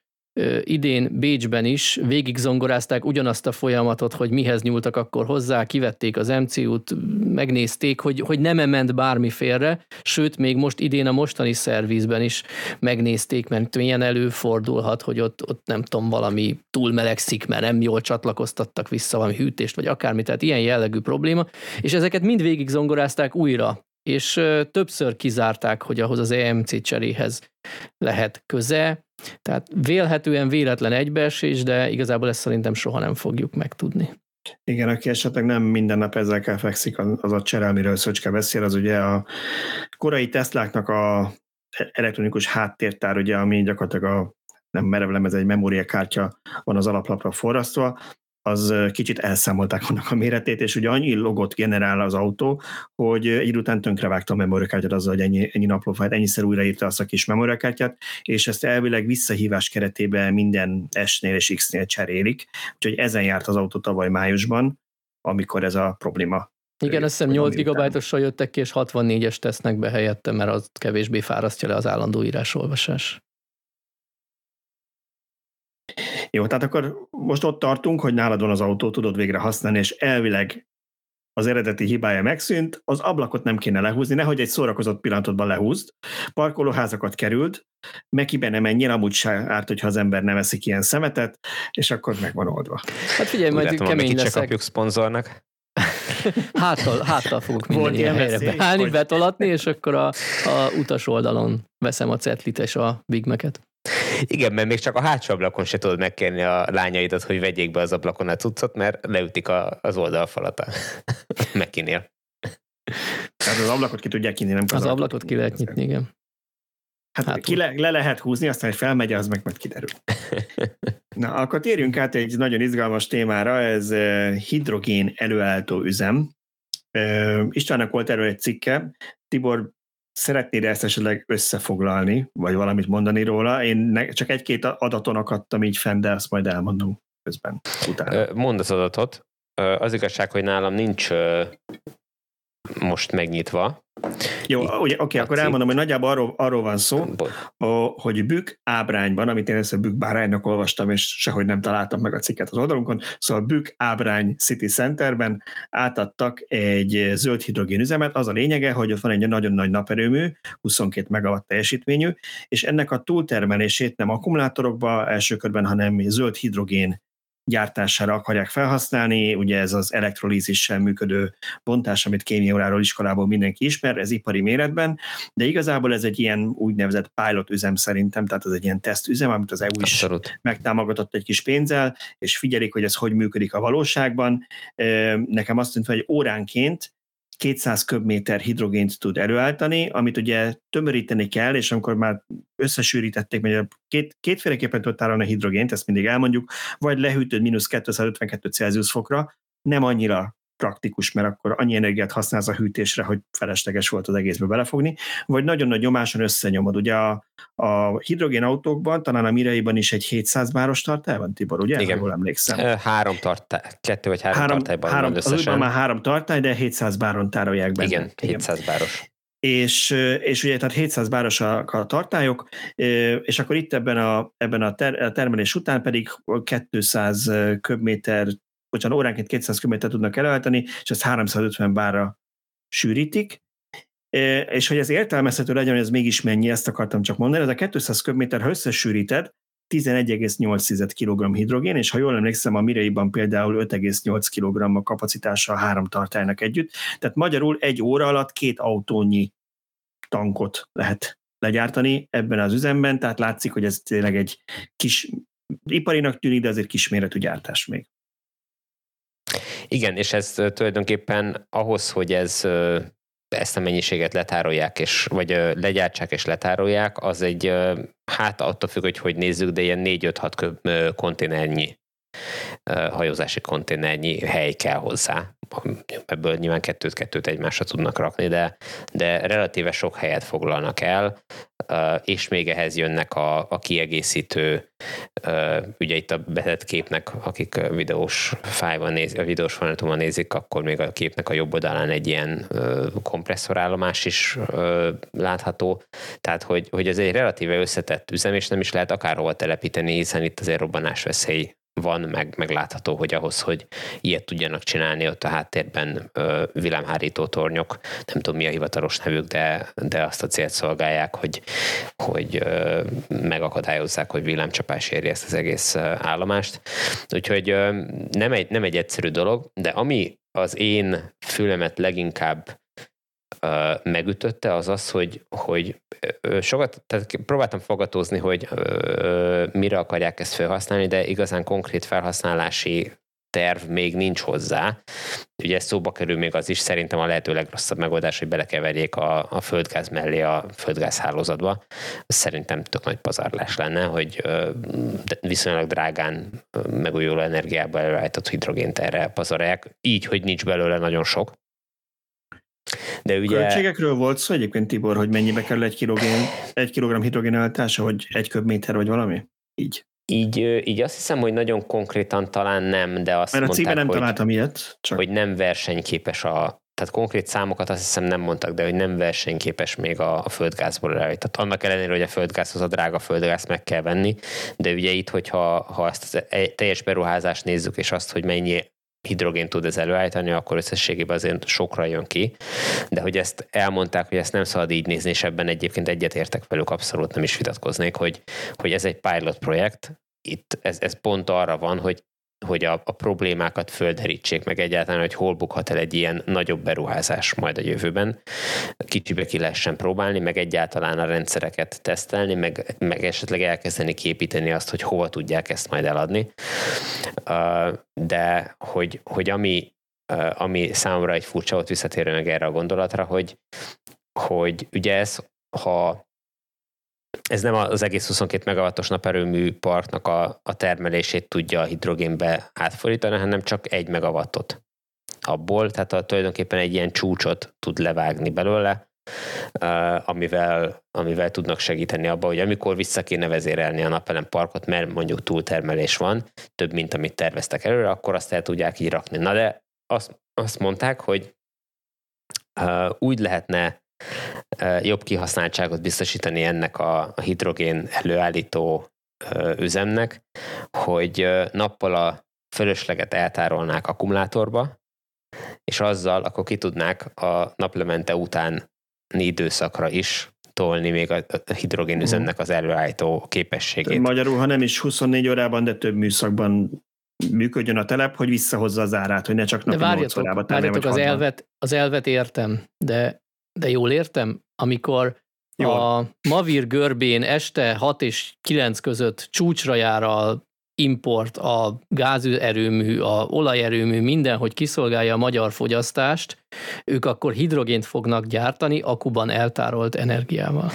idén Bécsben is végig zongorázták ugyanazt a folyamatot, hogy mihez nyúltak akkor hozzá, kivették az em cé út, megnézték, hogy, hogy nem ment bármi félre, sőt, még most idén a mostani szervizben is megnézték, mert ilyen előfordulhat, hogy ott, ott nem tudom, valami túlmelegszik, mert nem jól csatlakoztattak vissza valami hűtést, vagy akármi, tehát ilyen jellegű probléma, és ezeket mind végig zongorázták újra, és többször kizárták, hogy ahhoz az E M C cseréhez lehet köze, tehát vélhetően véletlen egybeesés, de igazából ezt szerintem soha nem fogjuk megtudni. Igen, aki esetleg nem minden nap ezzel kell fekszik, az a csere, amiről Szöcske beszél, az ugye a korai Tesláknak a elektronikus háttértár, ugye, ami gyakorlatilag a nem merevlemez, egy memóriakártya van az alaplapra forrasztva, az kicsit elszámolták annak a méretét, és ugye annyi logot generál az autó, hogy egy után tönkrevágta a memóriakártyát azzal, hogy ennyi, ennyi naplófájt, ennyiszer újraírta azt a kis memóriakártyát, és ezt elvileg visszahívás keretében minden S-nél és X-nél cserélik, úgyhogy ezen járt az autó tavaly májusban, amikor ez a probléma. Igen, azt hiszem nyolc gigabájtossal jöttek ki, és hatvannégyes tesznek be helyette, mert az kevésbé fárasztja le az állandó írásolvasás. Jó, tehát akkor most ott tartunk, hogy nálad van az autó, tudod végre használni, és elvileg az eredeti hibája megszűnt, az ablakot nem kéne lehúzni, nehogy egy szórakozott pillanatodban lehúzd, parkolóházakat került, Mekiben nem menjen, amúgy se árt, hogyha az ember nem eszik ilyen szemetet, és akkor meg van oldva. Hát figyelj, majd látom, kemény leszek. Csak kapjuk szponzornak. Háttal, háttal fogok minden ilyen helyre beállni, hogy... betolatni, és akkor a, a utas oldalon veszem a cetlit és a Big Mac-et. Igen, mert még csak a hátsó ablakon se tudod megkérni a lányaidat, hogy vegyék be az ablakon a cuccot, mert leütik a, az oldalfalat a Mac-nél. Tehát az ablakot ki tudják nyitni, nem Az ablakot ki lehet nyitni, igen. Hát, hát ki le, le lehet húzni, aztán, hogy felmegy, az meg majd kiderül. Na, akkor térjünk át egy nagyon izgalmas témára, ez hidrogén előállító üzem. Istvánnak volt erről egy cikke. Tibor, szeretnéd ezt esetleg összefoglalni, vagy valamit mondani róla? Én csak egy-két adaton akadtam így fenn, de azt majd elmondom közben. Utána. Mondd az adatot. Az igazság, hogy nálam nincs most megnyitva Jó, ugye, oké, akkor elmondom, hogy nagyjából arról, arról van szó, a, hogy Bük ábrányban, amit én ezt Bük báránynak olvastam, és sehogy nem találtam meg a cikket az oldalunkon, szóval Bük ábrány City Centerben átadtak egy zöld hidrogén üzemet. Az a lényege, hogy ott van egy nagyon nagy naperőmű, huszonkét megawatt teljesítményű, és ennek a túltermelését nem akkumulátorokba első körben, hanem zöld hidrogén gyártására akarják felhasználni, ugye ez az elektrolízissel működő bontás, amit kémiaóráról, iskolából mindenki ismer, ez ipari méretben, de igazából ez egy ilyen úgynevezett pilot üzem szerintem, tehát ez egy ilyen tesztüzem, amit az é u is Abszolút. megtámogatott egy kis pénzzel, és figyelik, hogy ez hogy működik a valóságban. Nekem azt tűnt, hogy óránként kétszáz köbméter hidrogént tud előállítani, amit ugye tömöríteni kell, és amikor már összesűrítették, mert két, kétféleképpen tudott állani a hidrogént, ezt mindig elmondjuk, vagy lehűtöd mínusz kétszázötvenkettő Celsius fokra, nem annyira praktikus, mert akkor annyi energiát használsz a hűtésre, hogy felesleges volt az egészbe belefogni, vagy nagyon nagy nyomáson összenyomod. Ugye a, a hidrogén autókban, talán a Miraiban is egy hétszáz báros tartály van, Tibor, ugye? Igen. Jól emlékszem. Három tartály, kettő vagy három, három tartályban három, van összesen. Az már három tartály, de hétszáz báron tárolják benne. Igen, hétszáz báros. És, és ugye tehát hétszáz báros a, a tartályok, és akkor itt ebben a, ebben a, ter, a termelés után pedig kétszáz köbméter, bocsánat, óránként kétszáz köbméter tudnak előállítani, és ezt háromszázötven bárra sűrítik, és hogy ez értelmezhető legyen, hogy ez mégis mennyi, ezt akartam csak mondani, ez a kétszáz köbméter, ha összesűríted, tizenegy egész nyolc kilogramm hidrogén, és ha jól emlékszem, a Miraiban például öt egész nyolc kilogramm a kapacitása a három tartálynak együtt, tehát magyarul egy óra alatt két autónyi tankot lehet legyártani ebben az üzemben, tehát látszik, hogy ez tényleg egy kis iparinak tűnik, de azért kisméretű gyártás még. Igen, és ez tulajdonképpen ahhoz, hogy ez ezt a mennyiséget letárolják, és, vagy legyártsák és letárolják, az egy, hát attól függ, hogy hogy nézzük, de ilyen négy-öt-hat konténernyi, hajózási konténernyi hely kell hozzá. Ebből nyilván kettőt-kettőt egymásra tudnak rakni, de, de relatíve sok helyet foglalnak el, és még ehhez jönnek a, a kiegészítő, ugye itt a betett képnek, akik videós fájban nézik, a videós formátumban nézik, akkor még a képnek a jobb oldalán egy ilyen kompresszorállomás is látható, tehát hogy, hogy ez egy relatíve összetett üzem, és nem is lehet akárhova telepíteni, hiszen itt azért robbanásveszély van, meg, meg látható, hogy ahhoz, hogy ilyet tudjanak csinálni, ott a háttérben ö, villámhárító tornyok, nem tudom mi a hivatalos nevük, de, de azt a célt szolgálják, hogy, hogy ö, megakadályozzák, hogy villámcsapás érje ezt az egész ö, állomást. Úgyhogy ö, nem, egy, nem egy egyszerű dolog, de ami az én fülemet leginkább ö, megütötte, az az, hogy, hogy ö, sokat, tehát próbáltam fogatózni, hogy ö, mire akarják ezt felhasználni, de igazán konkrét felhasználási terv még nincs hozzá. Ugye ez szóba kerül még az is, szerintem a lehető legrosszabb megoldás, hogy belekeverjék a, a földgáz mellé a földgázhálózatba. Szerintem tök nagy pazarlás lenne, hogy ö, viszonylag drágán megújuló energiába előállított hidrogént erre pazarolják, így, hogy nincs belőle nagyon sok. De ugye... Költségekről volt szó egyébként, Tibor, hogy mennyibe kerül egy, kilogén, egy kilogramm hidrogén ellátása, hogy egy köbméter vagy valami? Így. Így, így azt hiszem, hogy nagyon konkrétan talán nem, de azt Mert a mondták, címe nem hogy, találtam ilyet. Csak... hogy nem versenyképes a... Tehát konkrét számokat azt hiszem nem mondtak, de hogy nem versenyképes még a, a földgázból előállított. Annak ellenére, hogy a földgázhoz a drága földgáz meg kell venni, de ugye itt, hogyha ha ezt az teljes beruházást nézzük, és azt, hogy mennyi hidrogén tud ez előállítani, akkor összességében azért sokra jön ki, de hogy ezt elmondták, hogy ezt nem szabad így nézni, és ebben egyébként egyetértek velük, abszolút nem is vitatkoznék, hogy, hogy ez egy pilot projekt, itt ez, ez pont arra van, hogy, hogy a, a problémákat földerítsék meg egyáltalán, hogy hol bukhat el egy ilyen nagyobb beruházás majd a jövőben, kicsibe ki lehessen próbálni, meg egyáltalán a rendszereket tesztelni, meg, meg esetleg elkezdeni képíteni azt, hogy hova tudják ezt majd eladni. De hogy, hogy ami, ami számomra egy furcsa, ott visszatérő meg erre a gondolatra, hogy, hogy ugye ez, ha ez nem az egész huszonkét megawattos naperőmű parknak a, a termelését tudja a hidrogénbe átfordítani, hanem csak egy megawattot abból, tehát a, tulajdonképpen egy ilyen csúcsot tud levágni belőle, uh, amivel, amivel tudnak segíteni abba, hogy amikor vissza kéne vezérelni a napelem parkot, mert mondjuk túltermelés van, több, mint amit terveztek előre, akkor azt el tudják így rakni. Na de azt, azt mondták, hogy uh, úgy lehetne jobb kihasználtságot biztosítani ennek a hidrogén előállító üzemnek, hogy nappal a fölösleget eltárolnák akkumulátorba, és azzal akkor ki tudnák a naplemente utáni időszakra is tolni még a hidrogénüzemnek az előállító képességét. Magyarul, ha nem is huszonnégy órában, de több műszakban működjön a telep, hogy visszahozza az árát, hogy ne csak napi nyolc órában. Várjatok, az elvet, az elvet értem, de, de jól értem, amikor jól. A Mavír görbén este hat és kilenc között csúcsra jár a import, a gázerőmű, a olajerőmű, minden, hogy kiszolgálja a magyar fogyasztást, ők akkor hidrogént fognak gyártani akuban eltárolt energiával.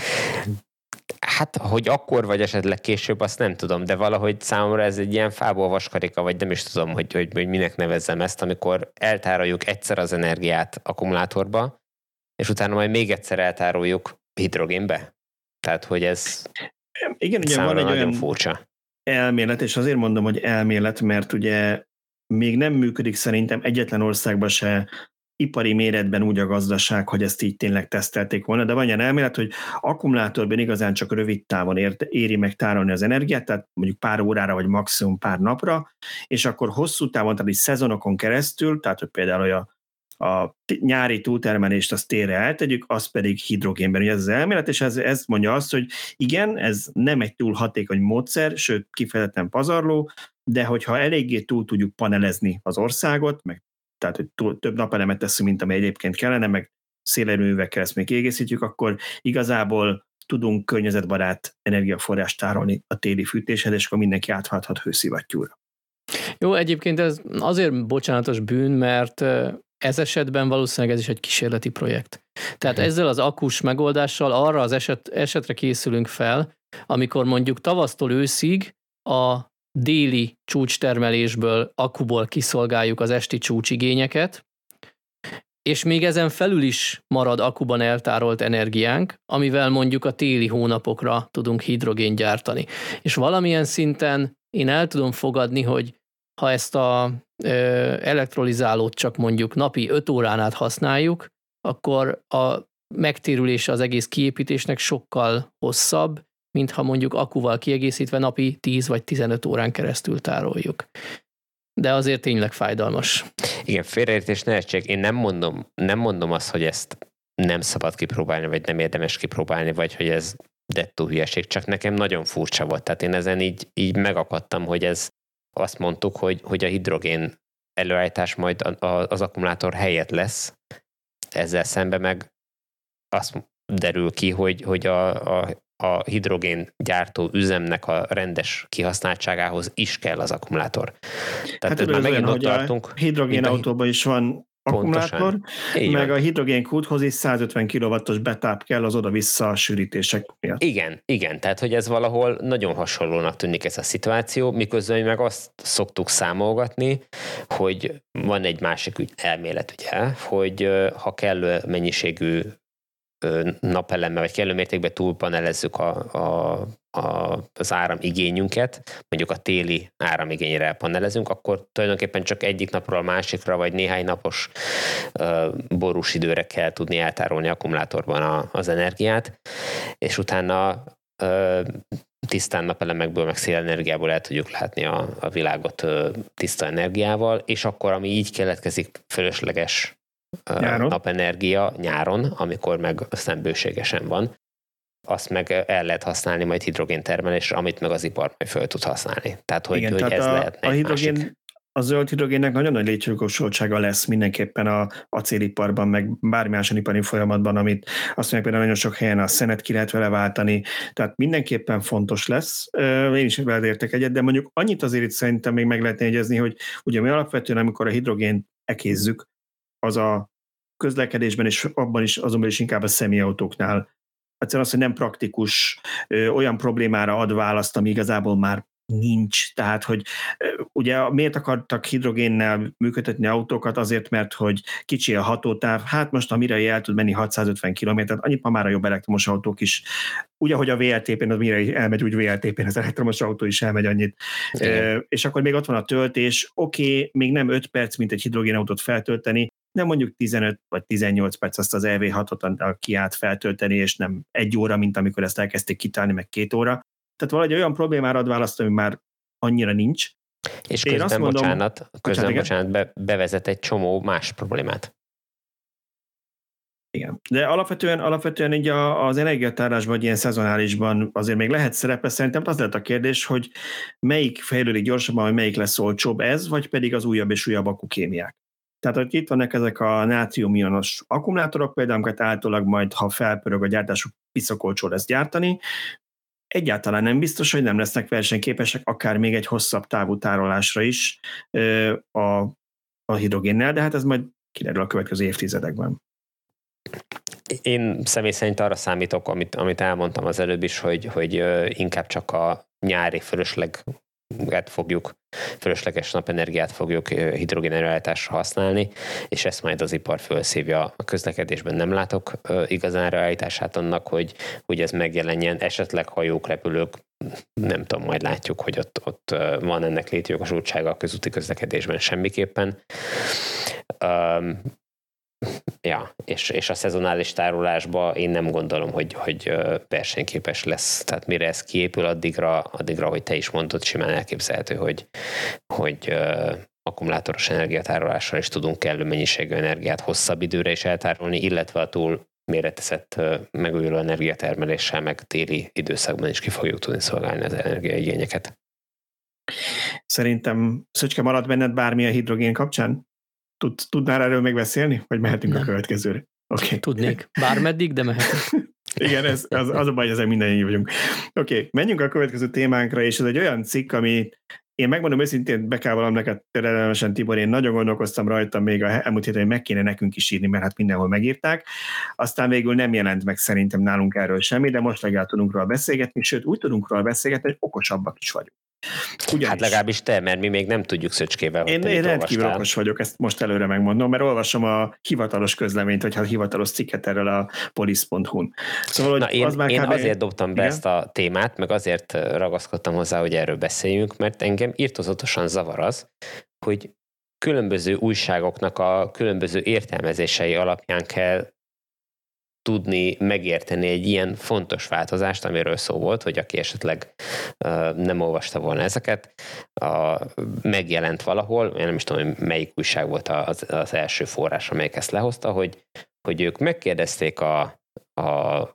Hát, hogy akkor vagy esetleg később, azt nem tudom, de valahogy számomra ez egy ilyen fából vaskarika, vagy nem is tudom, hogy, hogy, hogy minek nevezzem ezt, amikor eltároljuk egyszer az energiát akkumulátorba, és utána majd még egyszer eltároljuk hidrogénbe. Tehát, hogy ez igen, ugye van egy nagyon olyan furcsa elmélet, és azért mondom, hogy elmélet, mert ugye még nem működik szerintem egyetlen országban se ipari méretben úgy a gazdaság, hogy ezt így tényleg tesztelték volna, de van ilyen elmélet, hogy akkumulátorban igazán csak rövid távon ér, éri meg tárolni az energiát, tehát mondjuk pár órára, vagy maximum pár napra, és akkor hosszú távon, tehát így szezonokon keresztül, tehát hogy például a, a nyári túltermelést azt térre eltegyük, az pedig hidrogénben. Ugye ez az elmélet, és ez, ez mondja azt, hogy igen, ez nem egy túl hatékony módszer, sőt kifejezetten pazarló, de hogyha eléggé túl tudjuk panelezni az országot, meg tehát hogy túl, több napelemet teszünk, mint ami egyébként kellene, meg szélerőművekkel ezt még kiegészítjük, akkor igazából tudunk környezetbarát energiaforrást tárolni a téli fűtéshez, és akkor mindenki átválthat hőszivattyúra. Jó, egyébként ez azért bocsánatos bűn, mert ez esetben valószínűleg ez is egy kísérleti projekt. Tehát uh-huh. ezzel az akus megoldással arra az eset, esetre készülünk fel, amikor mondjuk tavasztól őszig a déli csúcstermelésből, akuból kiszolgáljuk az esti csúcsigényeket, és még ezen felül is marad akuban eltárolt energiánk, amivel mondjuk a téli hónapokra tudunk hidrogént gyártani. És valamilyen szinten én el tudom fogadni, hogy ha ezt a ö, elektrolizálót csak mondjuk napi öt órán át használjuk, akkor a megtérülése az egész kiépítésnek sokkal hosszabb, mint ha mondjuk akuval kiegészítve napi tíz vagy tizenöt órán keresztül tároljuk. De azért tényleg fájdalmas. Igen, félreértés ne essék. Én nem mondom, nem mondom azt, hogy ezt nem szabad kipróbálni, vagy nem érdemes kipróbálni, vagy hogy ez dettó hülyeség, csak nekem nagyon furcsa volt. Tehát én ezen így, így megakadtam, hogy ez azt mondtuk, hogy, hogy a hidrogén előállítás majd a, a, az akkumulátor helyett lesz. Ezzel szemben meg azt derül ki, hogy, hogy a, a a hidrogén gyártó üzemnek a rendes kihasználtságához is kell az akkumulátor. Tehát hát már megint olyan, ott tartunk. A hidrogén autóban is van akkumulátor, meg van. A hidrogén kúthoz is százötven kilowattos betáp kell az oda-vissza sűrítések miatt. Igen, igen, tehát hogy ez valahol nagyon hasonlónak tűnik ez a szituáció, miközben mi meg azt szoktuk számolgatni, hogy van egy másik ügy, elmélet, ugye, hogy ha kellő mennyiségű napelemmel, vagy kellő mértékben túlpanelezzük a, a, a, az áramigényünket, mondjuk a téli áramigényre panelezünk, akkor tulajdonképpen csak egyik napról a másikra, vagy néhány napos uh, borús időre kell tudni eltárolni akkumulátorban a, az energiát, és utána uh, tisztán napelemekből, meg szélenergiából el tudjuk látni a, a világot uh, tiszta energiával, és akkor, ami így keletkezik, fölösleges nyáron. napenergia nyáron, amikor meg aztán bőségesen van, azt meg el lehet használni majd hidrogéntermelésre, amit meg az ipar majd föl tud használni. Tehát, hogy, igen, hogy tehát ez a, lehetne a egy hidrogén, másik. A zöld hidrogénnek nagyon nagy létjogosultsága lesz mindenképpen a acéliparban, meg bármi más ipari folyamatban, amit azt mondják, például nagyon sok helyen a szenet ki lehet vele váltani, tehát mindenképpen fontos lesz. Én is veled értek egyet, de mondjuk annyit azért itt szerintem még meg lehetne jegyezni, hogy ugye mi alapvetően, amikor a hidrogént ekézzük, az a közlekedésben és abban is, azonban is inkább a személyautóknál. Egyszerűen az, hogy nem praktikus, ö, olyan problémára ad választ, ami igazából már nincs. Tehát, hogy ugye miért akartak hidrogénnel működtetni autókat? Azért, mert hogy kicsi a hatótáv. Hát most a Mirai el tud menni hatszázötven kilométert, annyit ma már a jobb elektromos autók is. Ugye, ahogy a vé el té pén az Mirai elmegy, úgy vé el té pén az elektromos autó is elmegy annyit. E, és akkor még ott van a töltés. Oké, okay, még nem öt perc, mint egy hidrogénautót feltölteni, de mondjuk tizenöt vagy tizennyolc perc azt az é vé hatot a Kiát feltölteni, és nem egy óra, mint amikor ezt elkezdték kitálni, meg két óra. Tehát valahogy olyan problémára ad választ, ami már annyira nincs. És közben, azt mondom, bocsánat, közben bocsánat, be, bevezet egy csomó más problémát. Igen. De alapvetően, alapvetően így az energiatárlásban, vagy ilyen szezonálisban azért még lehet szerepe. Szerintem az lehet a kérdés, hogy melyik fejlődik gyorsabban, vagy melyik lesz olcsóbb, ez, vagy pedig az újabb és újabb akkukémiák. Tehát, hogy itt vannak ezek a nátrium-ionos akkumulátorok, például, amiket általában majd, ha felpörög a gyártásuk, piszok olcsó lesz gyártani. Egyáltalán nem biztos, hogy nem lesznek versenyképesek, akár még egy hosszabb távú tárolásra is a, a hidrogénnel, de hát ez majd kiderül a következő évtizedekben. Én személy szerint arra számítok, amit, amit elmondtam az előbb is, hogy, hogy inkább csak a nyári fölösleget fogjuk, fölösleges napenergiát fogjuk hidrogén előállításra használni, és ezt majd az ipar felszívja. A közlekedésben nem látok igazán realitását annak, hogy, hogy ez megjelenjen. Esetleg hajók, repülők, nem tudom, majd látjuk, hogy ott, ott van ennek létjogosultsága, a közúti közlekedésben semmiképpen. Um, Ja, és, és a szezonális tárolásban én nem gondolom, hogy, hogy versenyképes lesz. Tehát mire ez kiépül, addigra, addigra, hogy te is mondod, simán elképzelhető, hogy, hogy uh, akkumulátoros energiatárolással is tudunk kellő mennyiségű energiát hosszabb időre is eltárolni, illetve a túl méretezett uh, megújuló energiatermeléssel meg téli időszakban is ki fogjuk tudni szolgálni az energiaigényeket. Szerintem, Szöcske, marad benned bármi a hidrogén kapcsán? Tud, tudnál erről még beszélni? Vagy mehetünk nem. a következőre? Okay. Tudnék. Bármeddig, de mehetünk. Igen, ez, az, az a baj, hogy ezzel mindannyian vagyunk. Oké, okay, menjünk a következő témánkra, és ez egy olyan cikk, ami én megmondom őszintén, be kell valam neked terelősen, Tibor, én nagyon gondolkoztam rajta még a elmúlt héten, hogy meg kéne nekünk is írni, mert hát mindenhol megírták. Aztán végül nem jelent meg szerintem nálunk erről semmi, de most legalább tudunk róla beszélgetni, sőt úgy tudunk róla beszélgetni, hogy okosabbak is vagyunk. Ugyanis. Hát legalábbis te, mert mi még nem tudjuk Szöcskével, hogy én, én rendkívül okos vagyok, ezt most előre megmondom, mert olvasom a hivatalos közleményt, vagy a hivatalos cikket erről a polisz pont hu-n. Szóval, Na, én, az már én kb... azért dobtam be igen? ezt a témát, meg azért ragaszkodtam hozzá, hogy erről beszéljünk, mert engem irtózatosan zavar az, hogy különböző újságoknak a különböző értelmezései alapján kell tudni megérteni egy ilyen fontos változást, amiről szó volt, hogy aki esetleg uh, nem olvasta volna ezeket, uh, megjelent valahol, én nem is tudom, hogy melyik újság volt az, az első forrás, amelyik ezt lehozta, hogy, hogy ők megkérdezték a, a,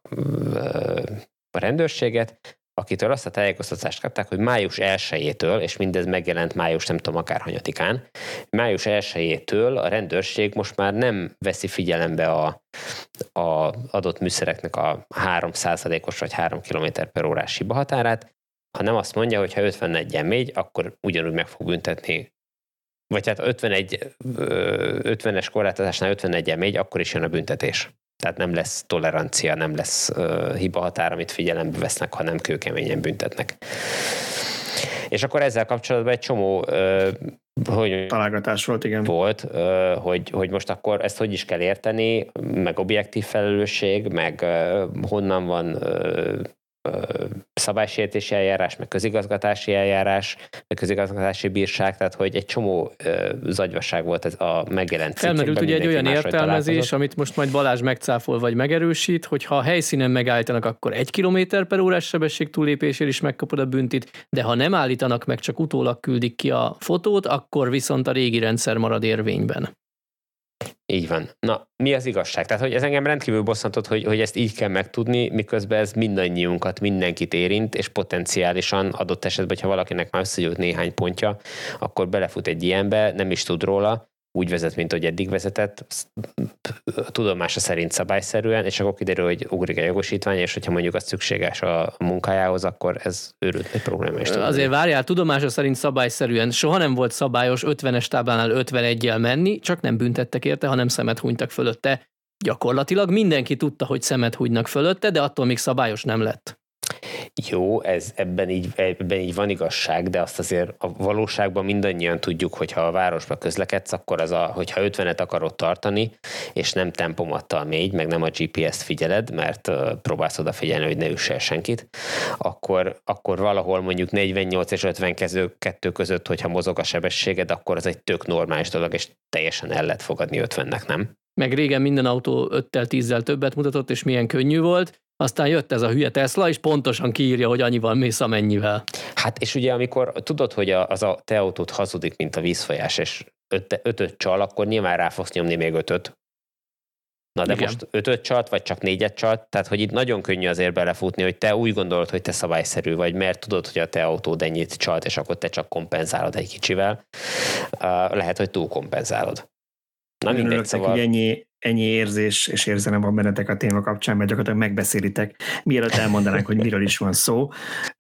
a rendőrséget, akitől azt a tájékoztatást kapták, hogy május elsejétől, és mindez megjelent május nem tudom akárhanyatikán, május elsejétől a rendőrség most már nem veszi figyelembe a, a adott műszereknek a három százalékos vagy három kilométer per órás hibahatárát, hanem azt mondja, hogy ha ötvennegyen megy, akkor ugyanúgy meg fog büntetni. Vagy hát ötvenegy, ötvenes korlátozásnál ötvennegyen megy, akkor is jön a büntetés. Tehát nem lesz tolerancia, nem lesz uh, hibahatár, amit figyelembe vesznek, hanem kőkeményen büntetnek. És akkor ezzel kapcsolatban egy csomó uh, hogy találgatás volt, igen. Volt, uh, hogy, hogy most akkor ezt hogy is kell érteni, meg objektív felelősség, meg uh, honnan van uh, szabálysértési eljárás, meg közigazgatási eljárás, meg közigazgatási bírság, tehát hogy egy csomó uh, zagyvaság volt ez a megjelent cikkekben. Felmerült ugye egy olyan értelmezés, amit most majd Balázs megcáfol vagy megerősít, hogy ha a helyszínen megállítanak, akkor egy kilométer per órás sebesség túllépésért is megkapod a büntit, de ha nem állítanak meg, csak utólag küldik ki a fotót, akkor viszont a régi rendszer marad érvényben. Így van. Na, mi az igazság? Tehát, hogy ez engem rendkívül bosszantott, hogy, hogy ezt így kell megtudni, miközben ez mindannyiunkat, mindenkit érint, és potenciálisan adott esetben, hogyha valakinek már összegyűlt néhány pontja, akkor belefut egy ilyenbe, nem is tud róla, úgy vezet, mint hogy eddig vezetett, tudomása szerint szabályszerűen, és akkor kiderül, hogy ugrik a jogosítvány, és hogyha mondjuk az szükséges a munkájához, akkor ez őrült egy probléma is. Azért várjál, tudomása szerint szabályszerűen soha nem volt szabályos ötvenes táblánál ötveneggyel menni, csak nem büntettek érte, hanem szemet hunytak fölötte. Gyakorlatilag mindenki tudta, hogy szemet hunynak fölötte, de attól még szabályos nem lett. Jó, ez ebben így, ebben így van igazság, de azt azért a valóságban mindannyian tudjuk, hogy ha a városba közlekedsz, akkor az a, hogyha ötvenet akarod tartani, és nem tempomattal mégy, meg nem a gé pé est figyeled, mert uh, próbálsz odafigyelni, hogy ne üss el senkit, akkor, akkor valahol mondjuk negyvennyolc és ötvenkettő között, hogyha mozog a sebességed, akkor az egy tök normális dolog, és teljesen el lehet fogadni ötvennek, nem? Meg régen minden autó öttel tízzel többet mutatott, és milyen könnyű volt, aztán jött ez a hülye Tesla, és pontosan kiírja, hogy annyival mész, amennyivel. Hát és ugye amikor tudod, hogy az a te autót hazudik, mint a vízfolyás, és öt, ötöt csal, akkor nyilván rá fogsz nyomni még ötöt. Na de igen. Most ötöt csalt, vagy csak négyet csalt, tehát hogy itt nagyon könnyű azért belefutni, hogy te úgy gondolod, hogy te szabályszerű vagy, mert tudod, hogy a te autód ennyit csalt, és akkor te csak kompenzálod egy kicsivel. Uh, lehet, hogy túl kompenzálod. Na mindegy, örülök, szóval... hogy ennyi, ennyi érzés és érzelem van bennetek a téma kapcsán, mert gyakorlatilag megbeszélitek, mielőtt elmondanánk, hogy miről is van szó.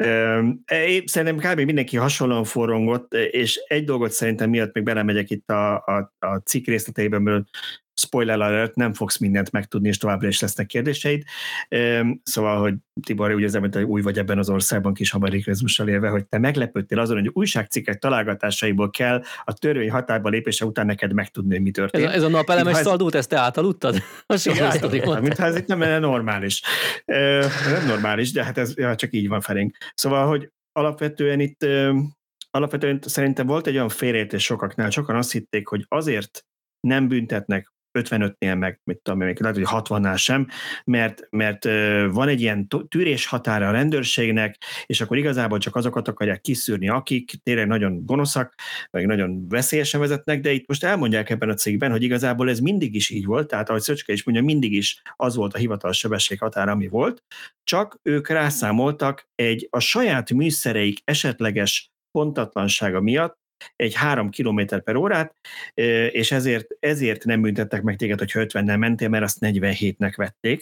Én szerintem kb. Mindenki hasonlóan forrongott, és egy dolgot szerintem miatt még belemegyek itt a, a, a cikk részleteiben, spoiler alert, nem fogsz mindent megtudni, és továbbra is lesznek kérdéseid. Szóval, hogy Tibor, úgy érzem, hogy új vagy ebben az országban kis amerikanizmussal élve, hogy te meglepődtél azon, hogy újságcikkek találgatásaiból kell a törvény hatályba lépése után neked megtudni, hogy mi történt. Ez a, ez a napelemes ez... szaldót, ezt te átaludtad? Mintha ez itt nem lenne normális. Nem normális, de hát ez ja, csak így van, Ferenc. Szóval, hogy alapvetően itt alapvetően szerintem volt egy olyan félreértés sokaknál, sokan azt hitték, hogy azért nem büntetnek ötvenötnél meg, mit tudom, még lehet, hogy hatvannál sem, mert, mert van egy ilyen tűrés határa a rendőrségnek, és akkor igazából csak azokat akarják kiszűrni, akik tényleg nagyon gonoszak, vagy nagyon veszélyesen vezetnek, de itt most elmondják ebben a cikkben, hogy igazából ez mindig is így volt, tehát ahogy Szöcske is mondja, mindig is az volt a hivatalos sebesség határa, ami volt, csak ők rászámoltak egy a saját műszereik esetleges pontatlansága miatt egy három kilométer per órát, és ezért, ezért nem büntettek meg téged, hogyha ötvennel mentél, mert azt negyvenhétnek vették.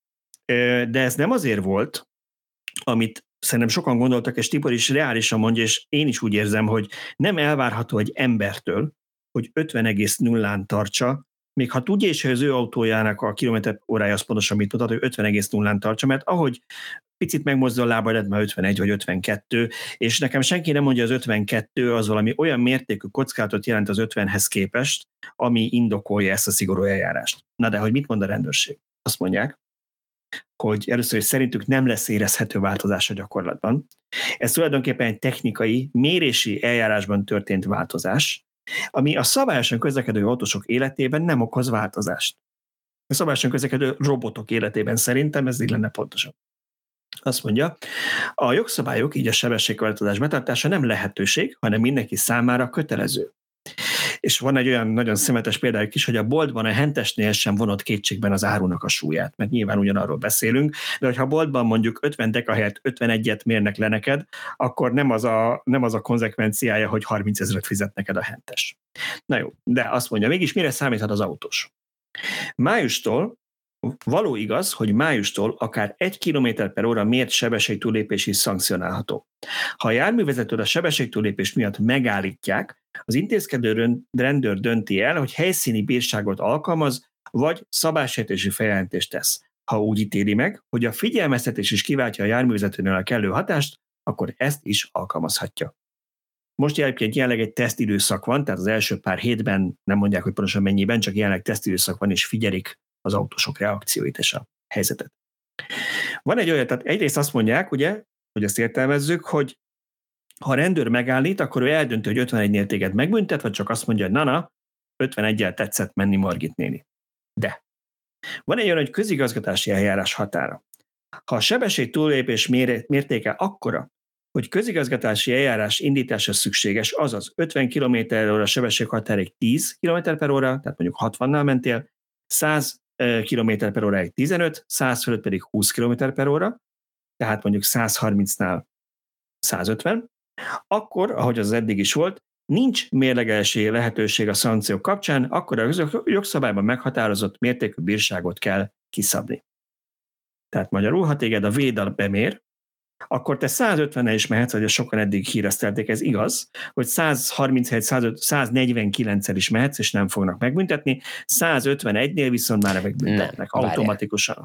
De ez nem azért volt, amit szerintem sokan gondoltak, és Tibor is reálisan mondja, és én is úgy érzem, hogy nem elvárható egy embertől, hogy ötven egész nullán tartsa, még ha tudja is, hogy az ő autójának a kilométer órája az pontosan mit mutat, hogy ötven egész nullán tartsa, mert ahogy picit megmozdul a lábadat, már ötvenegy vagy ötvenkettő, és nekem senki nem mondja, az ötvenkettő az valami olyan mértékű kockázatot jelent az ötvenhez képest, ami indokolja ezt a szigorú eljárást. Na de hogy mit mond a rendőrség? Azt mondják, hogy először is szerintük nem lesz érezhető változás a gyakorlatban. Ez tulajdonképpen egy technikai, mérési eljárásban történt változás, ami a szabályosan közlekedő autósok életében nem okoz változást. A szabályosan közlekedő robotok életében szerintem ez így lenne pontosan. Azt mondja, a jogszabályok, így a sebességkorlátozás betartása nem lehetőség, hanem mindenki számára kötelező. És van egy olyan nagyon szemetes példájuk is, hogy a boltban a hentesnél sem vonott kétségben az árunak a súlyát, mert nyilván ugyanarról beszélünk, de hogyha a boltban mondjuk ötven deka helyett ötvenegyet mérnek le neked, akkor nem az a, nem az a konzekvenciája, hogy harmincezret fizet neked a hentes. Na jó, de azt mondja, mégis mire számíthat az autós? Májustól való igaz, hogy májustól akár egy kilométer per óra mért sebességtúllépés is szankcionálható. Ha a járművezetőt a sebességtúllépés miatt megállítják, az intézkedő rendőr dönti el, hogy helyszíni bírságot alkalmaz, vagy szabálysértési feljelentést tesz. Ha úgy ítéli meg, hogy a figyelmeztetés is kiváltja a járművezetőnél a kellő hatást, akkor ezt is alkalmazhatja. Most egyébként jelenleg egy tesztidőszak van, tehát az első pár hétben nem mondják, hogy pontosan mennyiben, csak jelenleg tesztidőszak van, és figyelik az autósok reakcióit és a helyzetet. Van egy olyan, tehát egyrészt azt mondják, ugye, hogy ezt értelmezzük, hogy ha a rendőr megállít, akkor ő eldönti, hogy ötvenegynél téged megbüntet, vagy csak azt mondja, hogy na-na, ötvenegyel tetszett menni Margit néni. De van egy olyan, hogy közigazgatási eljárás határa. Ha a sebesség túllépés mértéke akkora, hogy közigazgatási eljárás indítása szükséges, azaz ötven kilométer per óra sebességhatárig tíz kilométer per óra, tehát mondjuk hatvannal mentél, száz kilométer per óráig tizenöt, száz fölött pedig húsz kilométer per óra, tehát mondjuk száz harmincnál száz ötven, akkor, ahogy az eddig is volt, nincs mérlegelési lehetőség a szankciók kapcsán, akkor a jogszabályban meghatározott mértékű bírságot kell kiszabni. Tehát magyarul, ha téged a védal bemér, akkor te száz ötvennel is mehetsz, hogy sokan eddig híresztelték, ez igaz, hogy száz harminc helyett száz negyvenkilenccel is mehetsz, és nem fognak megbüntetni, száz ötvenegynél viszont már megbüntetnek automatikusan.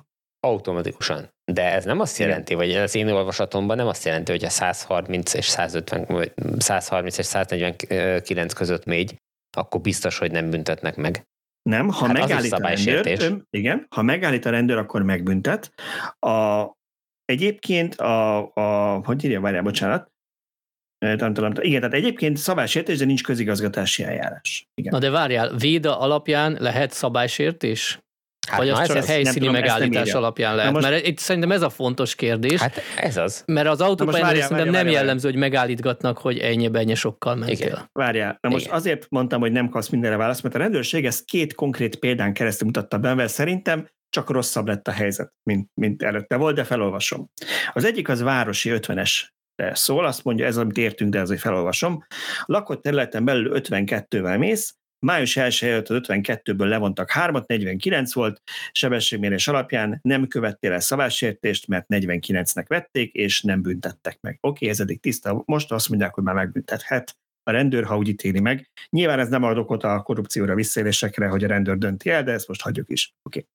automatikusan. De ez nem azt jelenti, vagy az én olvasatomban nem azt jelenti, hogy a száz harminc és százötven, vagy száz harminc és száz negyvenkilenc között megy, akkor biztos, hogy nem büntetnek meg. Nem, ha Hát megállít a rendőr, igen, ha megállít a rendőr, akkor megbüntet. A, egyébként a, a hogy írja, várjál, bocsánat, Nem tudom, igen, tehát egyébként szabálysértés, de nincs közigazgatási eljárás. Igen. Na de várjál, véda alapján lehet szabálysértés? Hát vagy az csak ez helyszíni tudom, megállítás alapján lehet? Most, mert itt szerintem ez a fontos kérdés. Hát ez az. Mert az autópályán szerintem nem jellemző, hogy megállítgatnak, hogy ennyi-bennyi sokkal mentél. Igen. Várjál, na most Igen. azért mondtam, hogy nem kapsz mindenre választ, mert a rendőrség ezt két konkrét példán keresztül mutatta be, mert szerintem csak rosszabb lett a helyzet, mint, mint előtte volt, de felolvasom. Az egyik az városi ötvenes szól, azt mondja, ez amit értünk, de azért felolvasom. A lakott területen belül ötvenkettővel mész, május első előtt az ötvenkettőből levontak hármat, negyvenkilenc volt, sebességmérés alapján nem követtél el szabálysértést, mert negyvenkilencnek vették, és nem büntettek meg. Oké, ez eddig tiszta, most azt mondják, hogy már megbüntethet a rendőr, ha úgy ítéli meg. Nyilván ez nem ad okot a korrupcióra, visszaélésekre, hogy a rendőr dönti el, de ezt most hagyjuk is. Oké.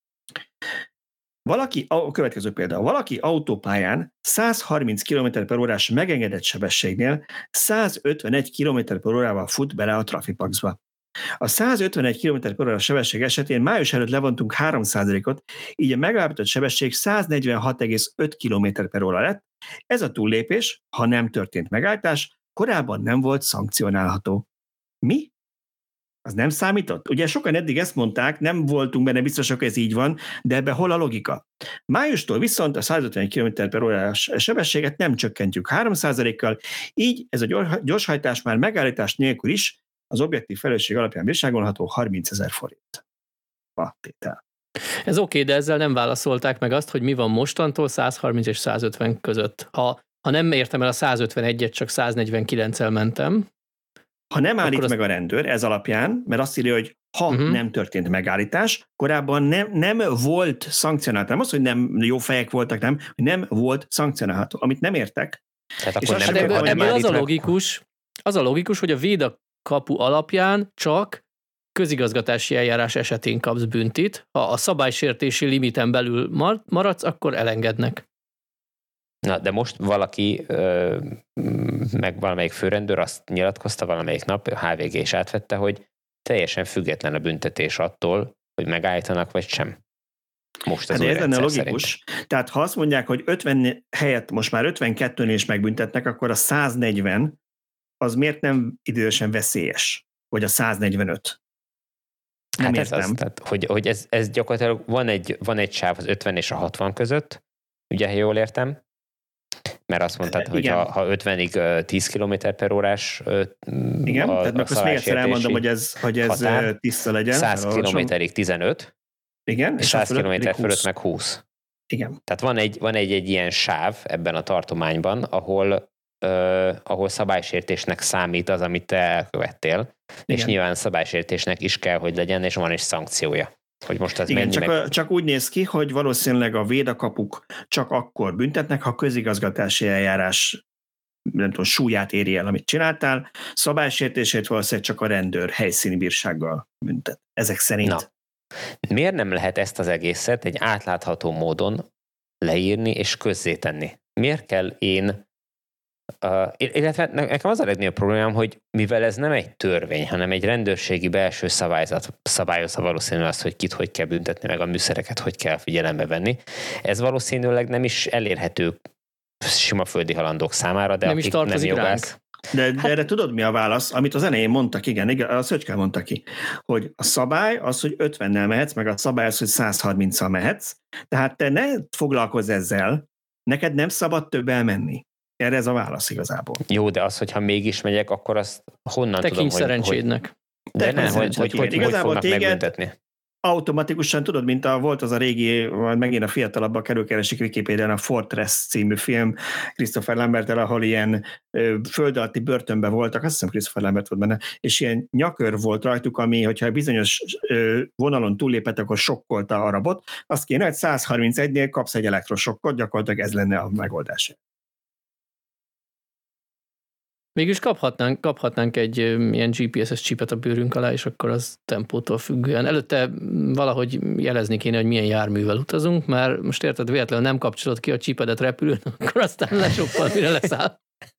Valaki, a következő példa, valaki autópályán száz harminc kilométer per órás megengedett sebességnél száz ötvenegy kilométer per órával fut bele a trafipaxba. A száz ötvenegy kilométer per órás sebesség esetén május előtt levontunk három százalékot, így a megállapított sebesség száz negyvenhat egész öt kilométer per óra lett. Ez a túllépés, ha nem történt megállítás, korábban nem volt szankcionálható. Mi? Az nem számított? Ugye sokan eddig ezt mondták, nem voltunk benne biztosak, ez így van, de ebbe hol a logika? Májustól viszont a száz ötvenegy kilométer per órás sebességet nem csökkentjük három százalékkal, így ez a gyorshajtás már megállítás nélkül is az objektív felelősség alapján bírságolható harmincezer forint. A tétel. Ez oké, de ezzel nem válaszolták meg azt, hogy mi van mostantól száz harminc és száz ötven között. Ha, ha nem értem el a száz ötvenegyet, csak száz negyvenkilenccel mentem. Ha nem állít meg az... a rendőr ez alapján, mert azt írja, hogy ha uh-huh. nem történt megállítás, korábban nem, nem volt szankcionálható. Nem az, hogy nem jó fejek voltak, nem, hogy nem volt szankcionálható. Amit nem értek. Tehát akkor nem hát ebből, ebből az a logikus, az a logikus, hogy a védakapu alapján csak közigazgatási eljárás esetén kapsz büntit. Ha a szabálysértési limiten belül maradsz, akkor elengednek. Na, de most valaki, meg valamelyik főrendőr azt nyilatkozta valamelyik nap, há vé gé is átvette, hogy teljesen független a büntetés attól, hogy megállítanak, vagy sem. Most az hát új ez lenne logikus. Szerint. Tehát ha azt mondják, hogy ötven helyett most már ötvenkettőnél is megbüntetnek, akkor a száz negyven az miért nem idősen veszélyes? Vagy a száz negyvenöt? Nem hát értem. Ez az, tehát, hogy, hogy ez, ez gyakorlatilag van egy, van egy sáv az ötven és a hatvan között, ugye, ha jól értem, mert azt mondtad, hogy ha, ha ötvenig tíz kilométer per órás igen, a, tehát meg azt még egyszer elmondom, hogy ez, hogy ez határ, tiszta legyen. száz kilométerig tizenöt, igen, és száz kilométer fölött meg húsz. Igen. Tehát van egy, van egy, egy ilyen sáv ebben a tartományban, ahol, uh, ahol szabálysértésnek számít az, amit te elkövettél, igen. És nyilván szabálysértésnek is kell, hogy legyen, és van is szankciója. Hogy most ez igen, csak, meg... a, csak úgy néz ki, hogy valószínűleg a védakapuk csak akkor büntetnek, ha közigazgatási eljárás nem tudom, súlyát éri el, amit csináltál, szabálysértését valószínűleg csak a rendőr helyszíni bírsággal büntet. Ezek szerint. Na, miért nem lehet ezt az egészet egy átlátható módon leírni és közzétenni? Miért kell én Uh, illetve nekem az a legnagyobb problémám, hogy mivel ez nem egy törvény, hanem egy rendőrségi belső szabályzat szabályozza valószínűleg azt, hogy kit hogy kell büntetni, meg a műszereket hogy kell figyelembe venni. Ez valószínűleg nem is elérhető sima földi halandók számára, de nem akik is nem jogász. De, de hát, erre tudod, mi a válasz? Amit az elején mondtak, igen, igen, a Szöcske mondta ki, hogy a szabály az, hogy ötvennel mehetsz, meg a szabály az, hogy száz harminccal mehetsz, tehát te ne foglalkozz ezzel, neked nem szabad több elmenni. Erre ez a válasz igazából. Jó, de az, hogyha mégis megyek, akkor azt honnan Tekints tudom, hogy... szerencsédnek. Hogy, de nem, hogy, hogy, hogy, hogy fognak megbüntetni. Automatikusan tudod, mint a, volt az a régi, megint a fiatalabbak kerülkeresik Wikipédián a Fortress című film Christopher Lamberttel, ahol ilyen ö, föld alatti börtönben voltak, azt hiszem Christopher Lambert volt benne, és ilyen nyakör volt rajtuk, ami, hogyha bizonyos ö, vonalon túllépett, akkor sokkolta a rabot. Azt kéne, hogy száz harmincegynél kapsz egy elektrosokkot, gyakorlatilag ez lenne a megoldás. Mégis kaphatnánk, kaphatnánk egy ilyen gé pé es-es csipet a bőrünk alá, és akkor az tempótól függően. Előtte valahogy jelezni kéne, hogy milyen járművel utazunk, mert most érted, véletlenül nem kapcsolod ki a csipedet repülőn, akkor aztán lesokkal, mire leszáll.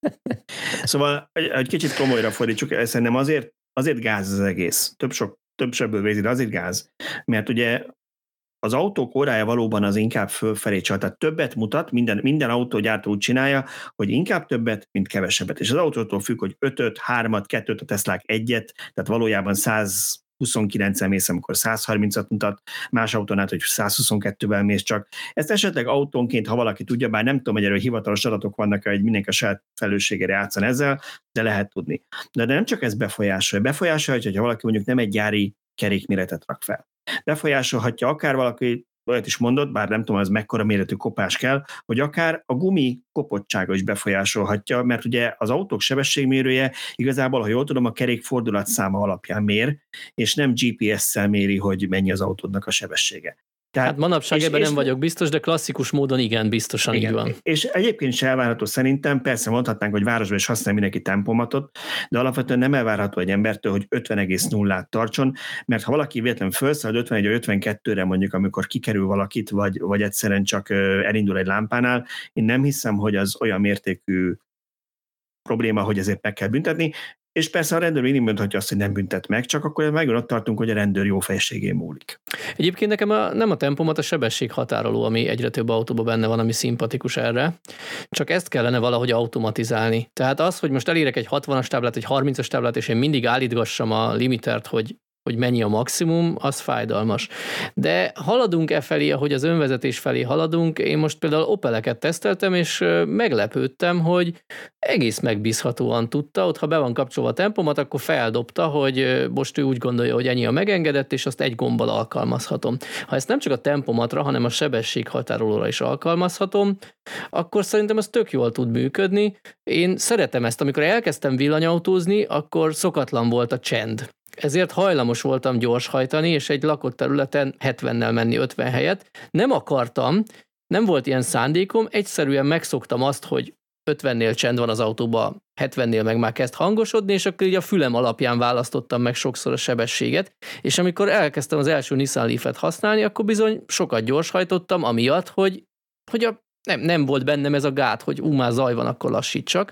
Szóval egy, egy kicsit komolyra fordítsuk, szerintem azért, azért gáz az egész. Több sok, több sebből végzi, de azért gáz. Mert ugye az autók órája valóban az inkább fölfelé csal, tehát többet mutat, minden, minden autógyártó úgy csinálja, hogy inkább többet, mint kevesebbet. És az autótól függ, hogy ötöt, hármat, kettőt, a Teslák egyet, tehát valójában száz huszonkilencen mész, amikor száz harmincat mutat, más autónál, hogy száz huszonkettővel mész csak. Ezt esetleg autónként, ha valaki tudja, bár nem tudom, hogy erről hivatalos adatok vannak, hogy mindenki a saját felelősségére játszan ezzel, de lehet tudni. De, de nem csak ez befolyásolja. Befolyásolja, hogyha valaki mondjuk nem egy gyári kerékméretet rak fel. Befolyásolhatja akár valaki, olyat is mondott, bár nem tudom, ez mekkora méretű kopás kell, hogy akár a gumi kopottsága is befolyásolhatja, mert ugye az autók sebességmérője igazából, ha jól tudom, a kerék fordulatszáma alapján mér, és nem gé pé es-szel méri, hogy mennyi az autódnak a sebessége. Tehát, hát manapság ebben nem vagyok biztos, de klasszikus módon igen, biztosan igen, így van. És egyébként is elvárható szerintem, persze mondhatnánk, hogy városban is használ mindenki tempomatot, de alapvetően nem elvárható egy embertől, hogy ötven egész nullát tartson, mert ha valaki véletlenül felszáll ötvenegy vagy ötvenkettőre mondjuk, amikor kikerül valakit, vagy, vagy egyszerűen csak elindul egy lámpánál, én nem hiszem, hogy az olyan mértékű probléma, hogy ezért meg kell büntetni. És persze a rendőr mindig mondhatja azt, hogy nem büntet meg, csak akkor megint ott tartunk, hogy a rendőr jó fejségén múlik. Egyébként nekem a, nem a tempomat, a sebességhatároló, ami egyre több autóban benne van, ami szimpatikus erre. Csak ezt kellene valahogy automatizálni. Tehát az, hogy most elérek egy hatvanas táblát, egy harmincas táblát, és én mindig állítgassam a limitert, hogy hogy mennyi a maximum, az fájdalmas. De haladunk e felé, ahogy az önvezetés felé haladunk, én most például Opeleket teszteltem, és meglepődtem, hogy egész megbízhatóan tudta, ott ha be van kapcsolva a tempomat, akkor feldobta, hogy most ő úgy gondolja, hogy ennyi a megengedett, és azt egy gombbal alkalmazhatom. Ha ezt nem csak a tempomatra, hanem a sebességhatárolóra is alkalmazhatom, akkor szerintem ez tök jól tud működni. Én szeretem ezt, amikor elkezdtem villanyautózni, akkor szokatlan volt a csend. Ezért hajlamos voltam gyorshajtani, és egy lakott területen hetvennel menni ötven helyet. Nem akartam, nem volt ilyen szándékom, egyszerűen megszoktam azt, hogy ötvennél csend van az autóban, hetvennél meg már kezd hangosodni, és akkor így a fülem alapján választottam meg sokszor a sebességet, és amikor elkezdtem az első Nissan Leaf-et használni, akkor bizony sokat gyorshajtottam, amiatt, hogy, hogy a Nem, nem volt bennem ez a gát, hogy ú, már zaj van, akkor lassítsak.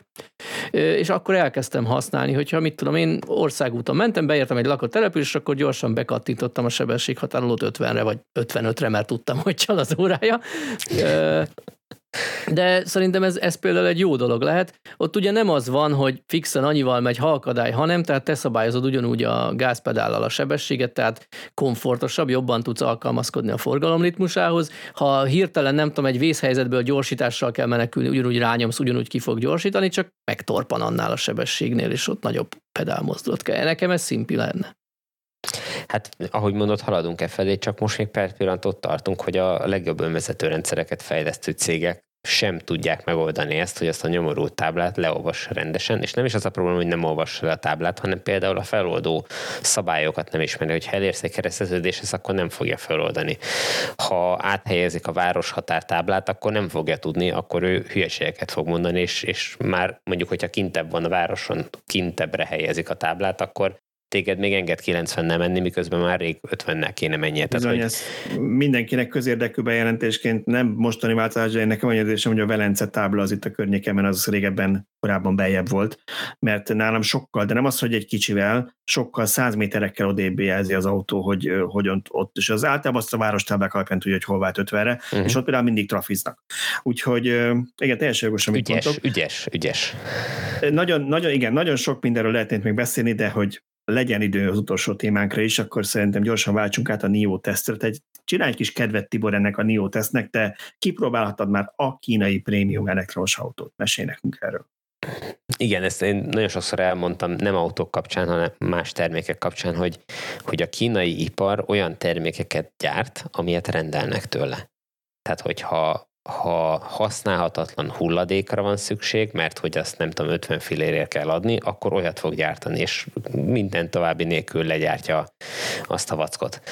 És akkor elkezdtem használni, hogyha mit tudom, én országúton mentem, beértem egy lakott településre, akkor gyorsan bekattintottam a sebességhatárolót ötvenre, vagy ötvenötre, mert tudtam, hogy csal az órája. De szerintem ez, ez például egy jó dolog lehet. Ott ugye nem az van, hogy fixen annyival megy, ha akadály, hanem, tehát te szabályozod ugyanúgy a gázpedállal a sebességet, tehát komfortosabb, jobban tudsz alkalmazkodni a forgalom ritmusához. Ha hirtelen nem tudom, egy vészhelyzetből gyorsítással kell menekülni, ugyanúgy rányomsz, ugyanúgy ki fog gyorsítani, csak megtorpan annál a sebességnél, és ott nagyobb pedálmozdulat kell. Nekem ez szimpi lenne. Hát, ahogy mondod, haladunk e felé, csak most még per pillanat ott tartunk, hogy a legjobb önvezető rendszereket fejlesztő cégek sem tudják megoldani ezt, hogy azt a nyomorult táblát leolvass rendesen, és nem is az a probléma, hogy nem olvass le a táblát, hanem például a feloldó szabályokat nem ismeri, hogy ha elérsz egy kereszteződéshez, akkor nem fogja feloldani. Ha áthelyezik a városhatártáblát, akkor nem fogja tudni, akkor ő hülyeségeket fog mondani, és, és már mondjuk, hogyha kintebb van a városon, kintebbre helyezik a táblát, akkor téged még enged kilencvennel menni, miközben már rég ötvennel kéne mennie. Bizony, hogy... ez mindenkinek közérdekű bejelentésként nem mostani változás, de nekem olyan érzésem, hogy a Velence tábla az itt a környékemen, az régebben korábban beljebb volt, mert nálam sokkal, de nem az, hogy egy kicsivel, sokkal száz méterekkel odébb jelzi az autó, hogy, hogy ott, és az általában azt a várostáblák alapján tudja, hogy hol vált ötvenre, uh-huh. és ott például mindig trafiznak. Úgyhogy igen, teljesen jogos, amit ügyes, mondtok. Ügyes, ügyes. Nagyon, nagyon, igen, nagyon sok mindenről lehetnénk még beszélni, de hogy legyen idő az utolsó témánkra is, akkor szerintem gyorsan váltsunk át a NIO tesztre. Egy, csinálj egy kis kedvet, Tibor, ennek a NIO tesztnek, te kipróbálhattad már a kínai prémium elektromos autót. Mesélj nekünk erről. Igen, ezt én nagyon sokszor elmondtam, nem autók kapcsán, hanem más termékek kapcsán, hogy, hogy a kínai ipar olyan termékeket gyárt, amilyet rendelnek tőle. Tehát, hogyha ha használhatatlan hulladékra van szükség, mert hogy azt nem tudom, ötven fillérért kell adni, akkor olyat fog gyártani, és minden további nélkül legyártja azt a vackot.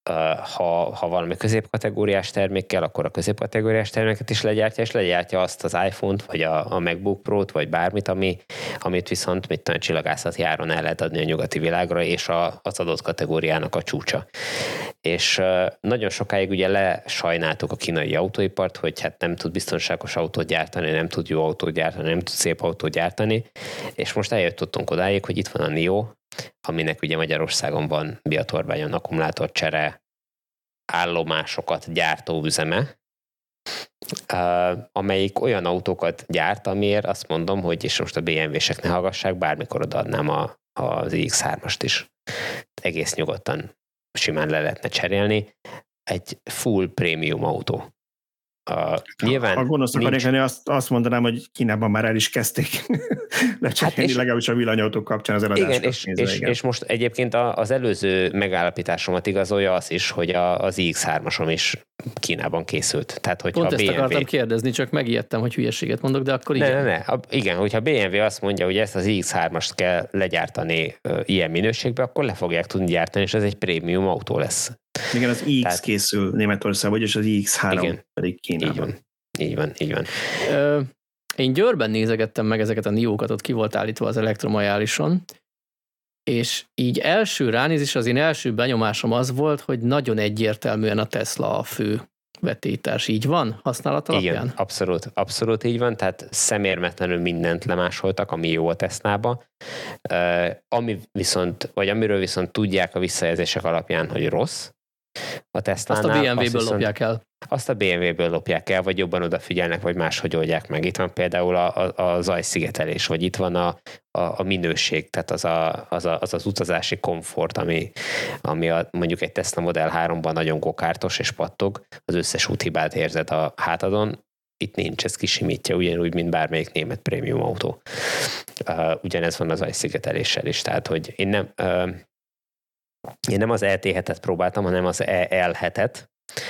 ha, ha valami középkategóriás termék kell, akkor a középkategóriás terméket is legyártja, és legyártja azt az iPhone-t, vagy a, a MacBook Pro-t, vagy bármit, ami, amit viszont mit tudom, csillagászati áron el lehet adni a nyugati világra, és a, az adott kategóriának a csúcsa. És nagyon sokáig ugye lesajnáltuk a kínai autóipart, hogy hát nem tud biztonságos autót gyártani, nem tud jó autót gyártani, nem tud szép autót gyártani, és most eljutottunk odáig, hogy itt van a NIO, aminek ugye Magyarországon van Biatorbányon akkumulátorcsere állomásokat gyártó üzeme, amelyik olyan autókat gyárt, amiért azt mondom, hogy és most a bé em vé-sek ne hallgassák, bármikor odaadnám a, az i iksz hármast is. Egész nyugodtan simán le lehetne cserélni. Egy full prémium autó. Uh, nyilván ha gonosz akarnék lenni, azt, azt mondanám, hogy Kínában már el is kezdték lecserélni, hát legalábbis a villanyautók kapcsán az eladásokat. Igen, és, nézve, és, igen. és most egyébként az előző megállapításomat igazolja az is, hogy a, az i iksz hármasom is Kínában készült. Tehát, hogyha Pont a bé em vé... ezt akartam kérdezni, csak megijedtem, hogy hülyeséget mondok, de akkor igen. Ne, ne, ne. A, igen, hogyha a bé em vé azt mondja, hogy ezt az i iksz hármast kell legyártani uh, ilyen minőségbe, akkor le fogják tudni gyártani, és ez egy prémium autó lesz. Igen, az i iksz Tehát, készül Németországban, és az i iksz három igen, pedig Kínában. Így van, így van. Így van. Ö, én Győrben nézegettem meg ezeket a niókat, ott ki volt állítva az elektromajálison, és így első ránézés, az én első benyomásom az volt, hogy nagyon egyértelműen a Tesla a fő vetélytárs. Így van használat alapján? Igen, abszolút, abszolút így van, tehát szemérmetlenül mindent lemásoltak, ami jó a Teslába. Uh, ami viszont, vagy amiről viszont tudják a visszajelzések alapján, hogy rossz a Teslánál. Azt a bé em vé-ből lopják el. Azt a bé em vé-ből lopják el, vagy jobban odafigyelnek, vagy máshogy oldják meg. Itt van például a, a, a zajszigetelés, vagy itt van a, a, a minőség, tehát az, a, az, a, az az utazási komfort, ami, ami a, mondjuk egy Tesla Model háromban nagyon gokártos és pattog, az összes úthibát érzed a hátadon, itt nincs, ez kisimítja, ugyanúgy, mint bármelyik német prémium autó. Uh, ugyanez van az zajszigeteléssel is, tehát, hogy én nem, uh, én nem az é té hetet próbáltam, hanem az é el hetet,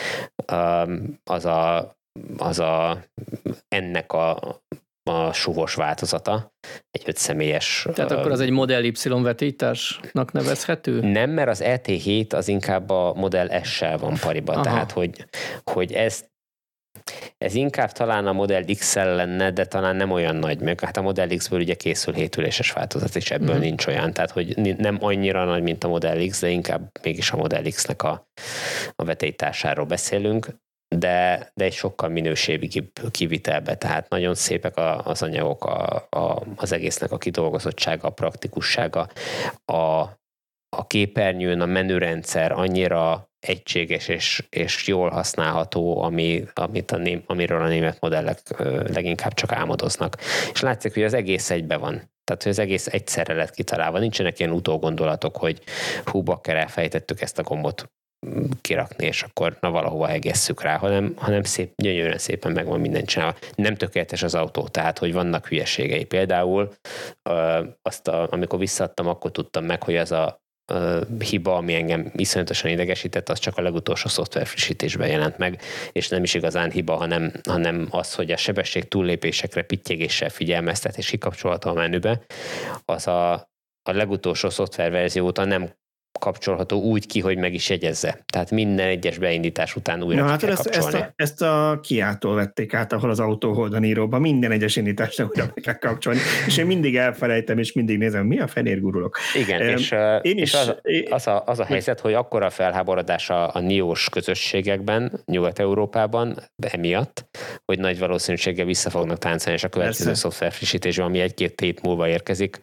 um, az a, az a ennek a, a suvos változata, egy ötszemélyes... Tehát uh, akkor az egy Model Y vetélytársnak nevezhető? Nem, mert az é té hét az inkább a Model S-sel van pariban, tehát hogy, hogy ez Ez inkább talán a Model X-el lenne, de talán nem olyan nagy, meg hát a Model X-ből ugye készül hétüléses változat, és ebből uh-huh. nincs olyan, tehát hogy nem annyira nagy, mint a Model X, de inkább mégis a Model X-nek a, a vetélytársáról beszélünk, de, de egy sokkal minőségibb kivitelbe, tehát nagyon szépek a, az anyagok, a, a, az egésznek a kidolgozottsága, a praktikussága, a, a képernyőn a menürendszer annyira egységes és, és jól használható, ami, amit a ném, amiről a német modellek leginkább csak álmodoznak. És látszik, hogy az egész egybe van. Tehát, hogy az egész egyszerre lett kitalálva. Nincsenek ilyen utógondolatok, hogy hú, bakker, elfejtettük ezt a gombot kirakni, és akkor na valahova egesszük rá, hanem, hanem szép, gyönyörűen szépen megvan minden csinálva. Nem tökéletes az autó, tehát, hogy vannak hülyeségei. Például azt, a, amikor visszaadtam, akkor tudtam meg, hogy az a Uh, hiba, ami engem iszonyatosan idegesített, az csak a legutolsó szoftver frissítésben jelent meg, és nem is igazán hiba, hanem, hanem az, hogy a sebesség túllépésekre pittyegéssel figyelmeztet, és kikapcsolható a menübe, az a, a legutolsó szoftververzió óta nem kapcsolható úgy ki, hogy meg is jegyezze. Tehát minden egyes beindítás után újra Na, ki hát kell ezt, kapcsolni. Ezt a, ezt a Kia-tól vették át, ahol az autó holdaníróban minden egyes indításra újra kell kapcsolni, és én mindig elfelejtem, és mindig nézem, mi a fenér gurulok. Igen, um, és, én és is, az, az, a, az a helyzet, hogy akkora felháborodás a, a niós közösségekben, Nyugat-Európában emiatt, hogy nagy valószínűséggel vissza fognak táncolni, és a következő szoftverfrissítésben, ami egy-két hét múlva érkezik.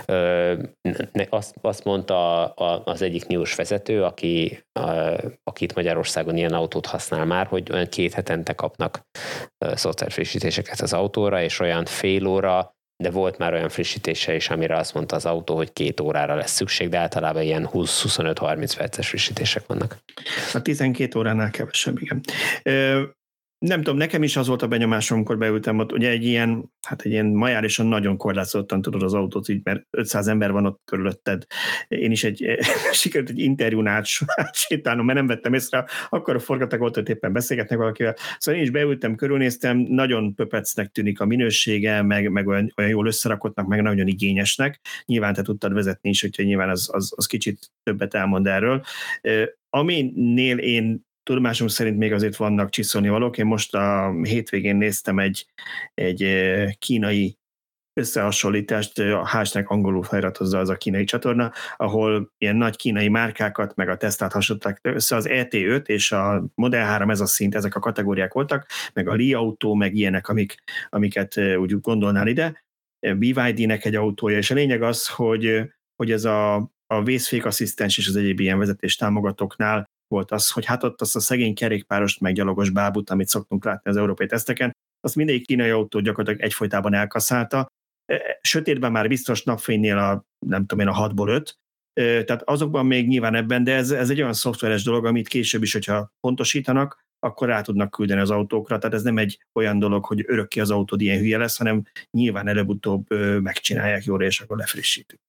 Azt, azt mondta az az egyik niós vezető, aki, akit Magyarországon ilyen autót használ már, hogy olyan két hetente kapnak szoftverfrissítéseket az autóra, és olyan fél óra, de volt már olyan frissítése is, amire azt mondta az autó, hogy két órára lesz szükség, de általában ilyen húsz-huszonöt-harminc perces frissítések vannak. A tizenkét óránál kevesebb, igen. Nem tudom, nekem is az volt a benyomásom, amikor beültem ott, ugye egy ilyen, hát egy ilyen majárisan nagyon korlátozottan tudod az autót, így, mert ötszáz ember van ott körülötted. Én is egy, sikerült egy interjún átsétálnom, mert nem vettem észre, akkor a forgatak volt, hogy éppen beszélgetnek valakivel. Szóval én is beültem, körülnéztem, nagyon pöpecnek tűnik a minősége, meg, meg olyan, olyan jól összerakottnak, meg nagyon igényesnek. Nyilván te tudtad vezetni is, úgyhogy nyilván az, az, az kicsit többet elmond erről. aminél én tudomásom szerint még azért vannak csiszolni valók. Én most a hétvégén néztem egy, egy kínai összehasonlítást, a hashtag angolul feliratozza az a kínai csatorna, ahol ilyen nagy kínai márkákat, meg a Teslát hasonlították össze, az E T öt és a Model három, ez a szint, ezek a kategóriák voltak, meg a Li autó, meg ilyenek, amik, amiket úgy gondolnál ide, B Y D-nek egy autója, és a lényeg az, hogy, hogy ez a, a vészfékasszisztens és az egyéb ilyen vezetés támogatóknál volt az, hogy hát ott azt a szegény kerékpárost, meg gyalogos bábut, amit szoktunk látni az európai teszteken, azt mindegyik kínai autó gyakorlatilag egyfolytában elkaszálta. Sötétben már biztos, napfénynél a, nem tudom én, a hatból öt, tehát azokban még nyilván ebben, de ez, ez egy olyan szoftveres dolog, amit később is, hogyha pontosítanak, akkor rá tudnak küldeni az autókra, tehát ez nem egy olyan dolog, hogy örökké az autód ilyen hülye lesz, hanem nyilván előbb-utóbb megcsinálják jól, és akkor lefrissítük.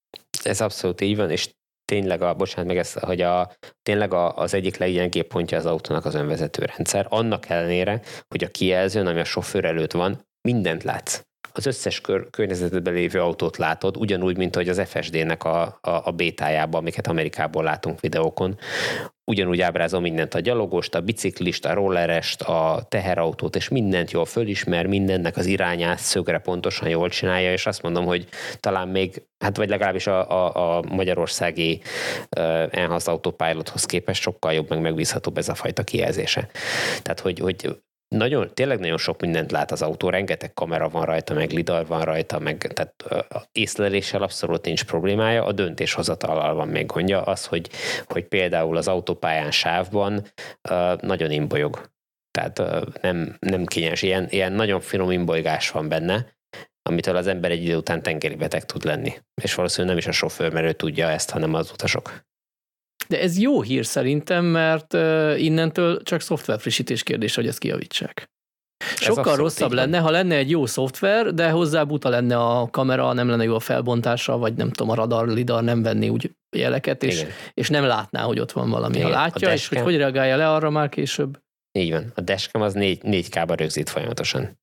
Ez abszolút így van, és tényleg, a, bocsánat meg ezt, hogy a, tényleg a, az egyik leggyengébb pontja az autónak az önvezető rendszer, annak ellenére, hogy a kijelzőn, ami a sofőr előtt van, mindent látsz. Az összes kör, környezetben lévő autót látod, ugyanúgy, mint hogy az F S D-nek a, a, a bétájában, amiket Amerikából látunk videókon, ugyanúgy ábrázol mindent, a gyalogost, a biciklist, a rollerest, a teherautót, és mindent jól fölismer, mindennek az irányát szögre pontosan jól csinálja, és azt mondom, hogy talán még, hát vagy legalábbis a, a, a magyarországi uh, Enhanced Autopilothoz képest sokkal jobb, meg megbízhatóbb ez a fajta kijelzése. Tehát, hogy, hogy Nagyon, tényleg nagyon sok mindent lát az autó, rengeteg kamera van rajta, meg lidar van rajta, meg tehát észleléssel abszolút nincs problémája, a döntéshozatallal van még gondja, az, hogy, hogy például az autópályán sávban nagyon imbolyog. Tehát nem, nem kényes, ilyen, ilyen nagyon finom imbolygás van benne, amitől az ember egy idő után tengeri beteg tud lenni. És valószínűleg nem is a sofőr, mert ő tudja ezt, hanem az utasok. De ez jó hír szerintem, mert uh, innentől csak szoftverfrissítés kérdés, hogy ezt kijavítsák. Sokkal rosszabb lenne, ha lenne egy jó szoftver, de hozzá buta lenne a kamera, nem lenne jó a felbontása, vagy nem tudom, a radar, lidar nem venni úgy jeleket, és, és nem látná, hogy ott van valami. Ha látja, és hogy hogy reagálja le arra már később. Így van. A dashcam az négy ká-ba rögzít folyamatosan.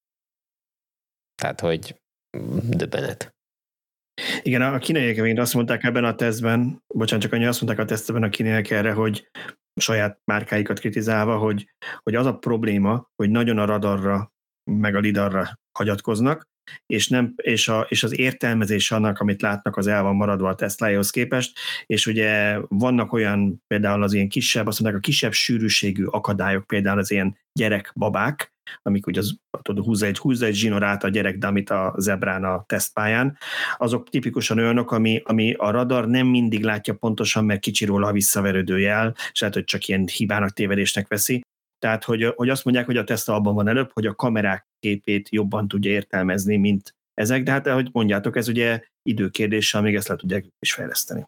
Tehát, hogy döbbenet. Igen, a kínaiak még azt mondták ebben a tesztben, bocsánat, csak annyi azt mondták a tesztben a kínaiak erre, hogy saját márkáikat kritizálva, hogy, hogy az a probléma, hogy nagyon a radarra meg a lidarra hagyatkoznak, és, nem, és, a, és az értelmezés annak, amit látnak, az el van maradva a Teslához képest, és ugye vannak olyan, például az ilyen kisebb, azt mondják, a kisebb sűrűségű akadályok, például az ilyen gyerekbabák, amik ugye az, tudod, húzza egy, húzza egy zsinórát a gyerek damit a zebrán a tesztpályán, azok tipikusan olyanok, ami, ami a radar nem mindig látja pontosan, mert kicsi róla a visszaverődő jel, és lehet, hogy csak ilyen hibának, tévedésnek veszi. Tehát, hogy, hogy azt mondják, hogy a Tesla abban van előbb, hogy a kamerák képét jobban tudja értelmezni, mint ezek, de hát, ahogy mondjátok, ez ugye időkérdéssel még ezt le tudják is fejleszteni.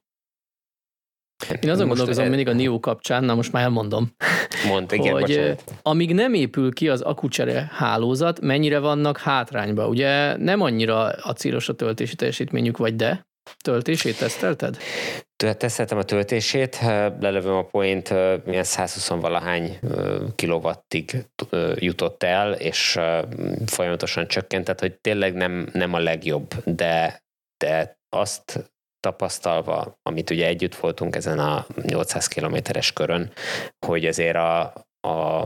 Én azon gondolkozom mindig a NIO kapcsán, na most már elmondom, Mondd, igen, hogy bocsánat. Amíg nem épül ki az akkucsere hálózat, mennyire vannak hátrányba. Ugye nem annyira acélos a töltési teljesítményük, vagy de? Töltését tesztelted? Teszteltem a töltését, lelövöm a point, milyen százhúsz valahány kilowattig jutott el, és folyamatosan csökkent, tehát hogy tényleg nem, nem a legjobb, de, de azt tapasztalva, amit ugye együtt voltunk ezen a nyolcszáz kilométeres körön, hogy azért a, a,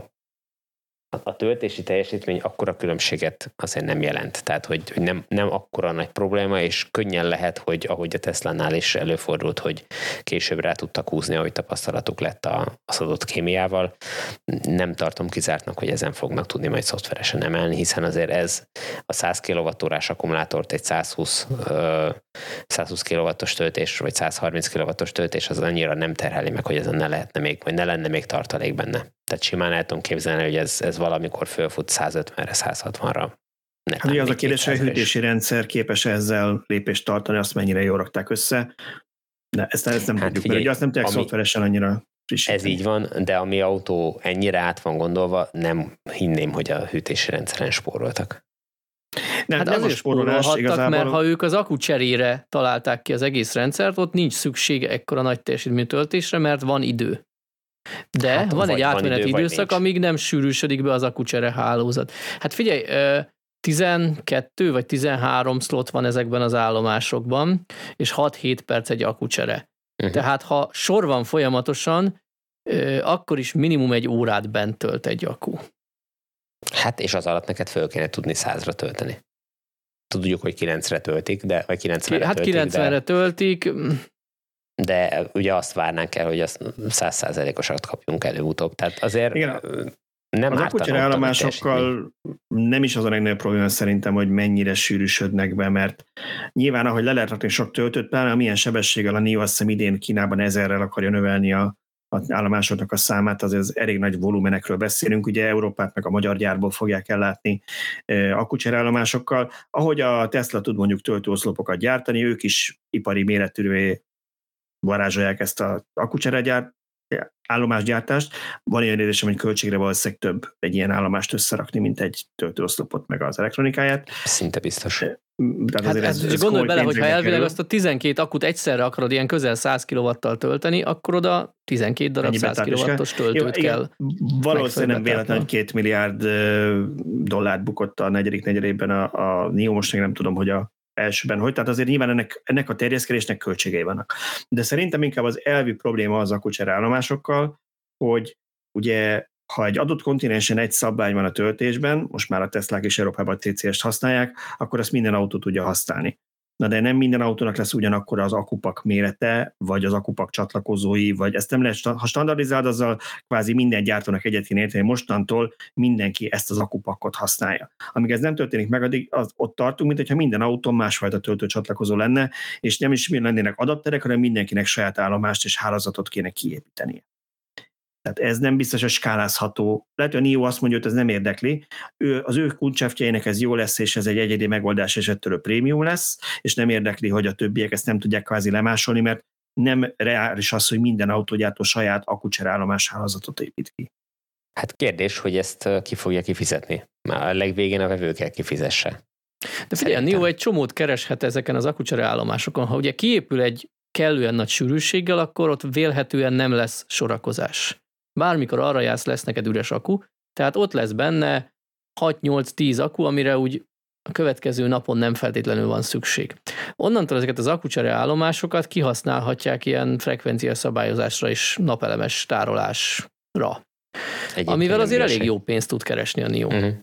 a töltési teljesítmény akkora különbséget azért nem jelent. Tehát, hogy, hogy nem, nem akkora nagy probléma, és könnyen lehet, hogy ahogy a Teslánál is előfordult, hogy később rá tudtak húzni, ahogy tapasztalatuk lett az adott kémiával. Nem tartom kizártnak, hogy ezen fognak tudni majd szoftveresen emelni, hiszen azért ez a száz kilowattórás akkumulátort egy százhúsz, százhúsz kilowattos töltés, vagy százharminc kilowattos töltés az annyira nem terheli meg, hogy ezen ne lehetne még, vagy ne lenne még tartalék benne. Tehát simán el tudom képzelni, hogy ez, ez valamikor fölfut százötvenre, százhatvanra. Hát ugye az a kérdés, hogy a hűtési rendszer képes ezzel lépést tartani, azt mennyire jól rakták össze. De ezt, ezt nem hát tudjuk, figyelj, mert azt nem tudják szoftveresen annyira frissíteni. Ez így van, de a mi autó ennyire át van gondolva, nem hinném, hogy a hűtési rendszeren spóroltak. Nem, hát nem azért spórolhattak, igazából... mert ha ők az akku cserére találták ki az egész rendszert, ott nincs szüksége ekkora nagy teljesítményű töltésre, mert van idő. De hát, van egy átmeneti van idő, időszak, amíg nem sűrűsödik be az akkucsere hálózat. Hát figyelj, tizenkettő vagy tizenhárom slot van ezekben az állomásokban, és hat-hét perc egy akkucsere. Uh-huh. Tehát ha sor van folyamatosan, akkor is minimum egy órát bent tölt egy akku. Hát és az alatt neked föl kéne tudni százra tölteni. Tudjuk, hogy kilencre töltik, de vagy kilencvenre hát töltik. kilencvenre de, töltik. De ugye azt várnánk el, hogy azt száz százalékosat kapjunk előbb-utóbb. Tehát azért igen, nem az akkucsere állomásokkal nem is az a legnagyobb probléma szerintem, hogy mennyire sűrűsödnek be, mert nyilván, ahogy le lehet rakni sok töltőt, pláne milyen sebességgel a NIO azt hiszem idén Kínában ezerrel akarja növelni a az állomásoknak a számát, azért elég nagy volumenekről beszélünk, ugye Európát meg a magyar gyárból fogják ellátni akkucsere állomásokkal. Ahogy a Tesla tud mondjuk töltőoszlopokat gyártani, ők is ipari méretűvé varázsolják ezt az akkucsere gyárt, állomásgyártást. Van olyan érzésem, hogy költségre valószínűleg több egy ilyen állomást összerakni, mint egy töltőoszlopot meg az elektronikáját. Szinte biztos. Tehát hát ez, ez, ez gondolj bele, hogy ha elvileg kerül. Azt a tizenkét akut egyszerre akarod ilyen közel száz kilowattal tölteni, akkor oda tizenkét darab ennyi száz kilowattos töltőt jó, kell. Valószínűleg nem véletlen, hogy két milliárd dollárt bukott a negyedik negyedében a, a NIO, most még nem tudom, hogy a elsőben hogy, tehát azért nyilván ennek, ennek a terjeszkedésnek költségei vannak. De szerintem inkább az elvi probléma az akkucsere állomásokkal, hogy ugye ha egy adott kontinensen egy szabvány van a töltésben, most már a Teslák és Európában a té cé est használják, akkor ezt minden autó tudja használni. Na de nem minden autónak lesz ugyanakkor az akupak mérete, vagy az akupak csatlakozói, vagy ezt nem lehet, ha standardizálod, azzal kvázi minden gyártónak egyet kéne érteni, mostantól mindenki ezt az akupakot használja. Amíg ez nem történik meg, addig az, ott tartunk, mint hogyha minden autón másfajta töltőcsatlakozó lenne, és nem is lennének adapterek, hanem mindenkinek saját állomást és hálózatot kéne kiépítenie. Tehát ez nem biztos, hogy skálázható. Lehet, hogy a NIO azt mondja, hogy ez nem érdekli. Ő, az ő kuncsávtjainek ez jó lesz, és ez egy egyedi megoldás, és ettől prémium lesz, és nem érdekli, hogy a többiek ezt nem tudják kvázi lemásolni, mert nem reális az, hogy minden autógyártó saját akkucsere állomás hálózatot épít ki. Hát kérdés, hogy ezt ki fogja kifizetni. Már a legvégén a vevő kell kifizesse. De figyelj, a NIO egy csomót kereshet ezeken az akkucsere állomásokon. Ha ugye kiépül egy kellően nagy sűrűséggel, akkor ott vélhetően nem lesz sorakozás. Bármikor arra jársz, lesz neked üres akku, tehát ott lesz benne hat-nyolc-tíz akku, amire úgy a következő napon nem feltétlenül van szükség. Onnantól ezeket az akkucsere állomásokat kihasználhatják ilyen frekvencia szabályozásra és napelemes tárolásra, egyébként amivel azért elég jó pénzt tud keresni a NIO. Uh-huh.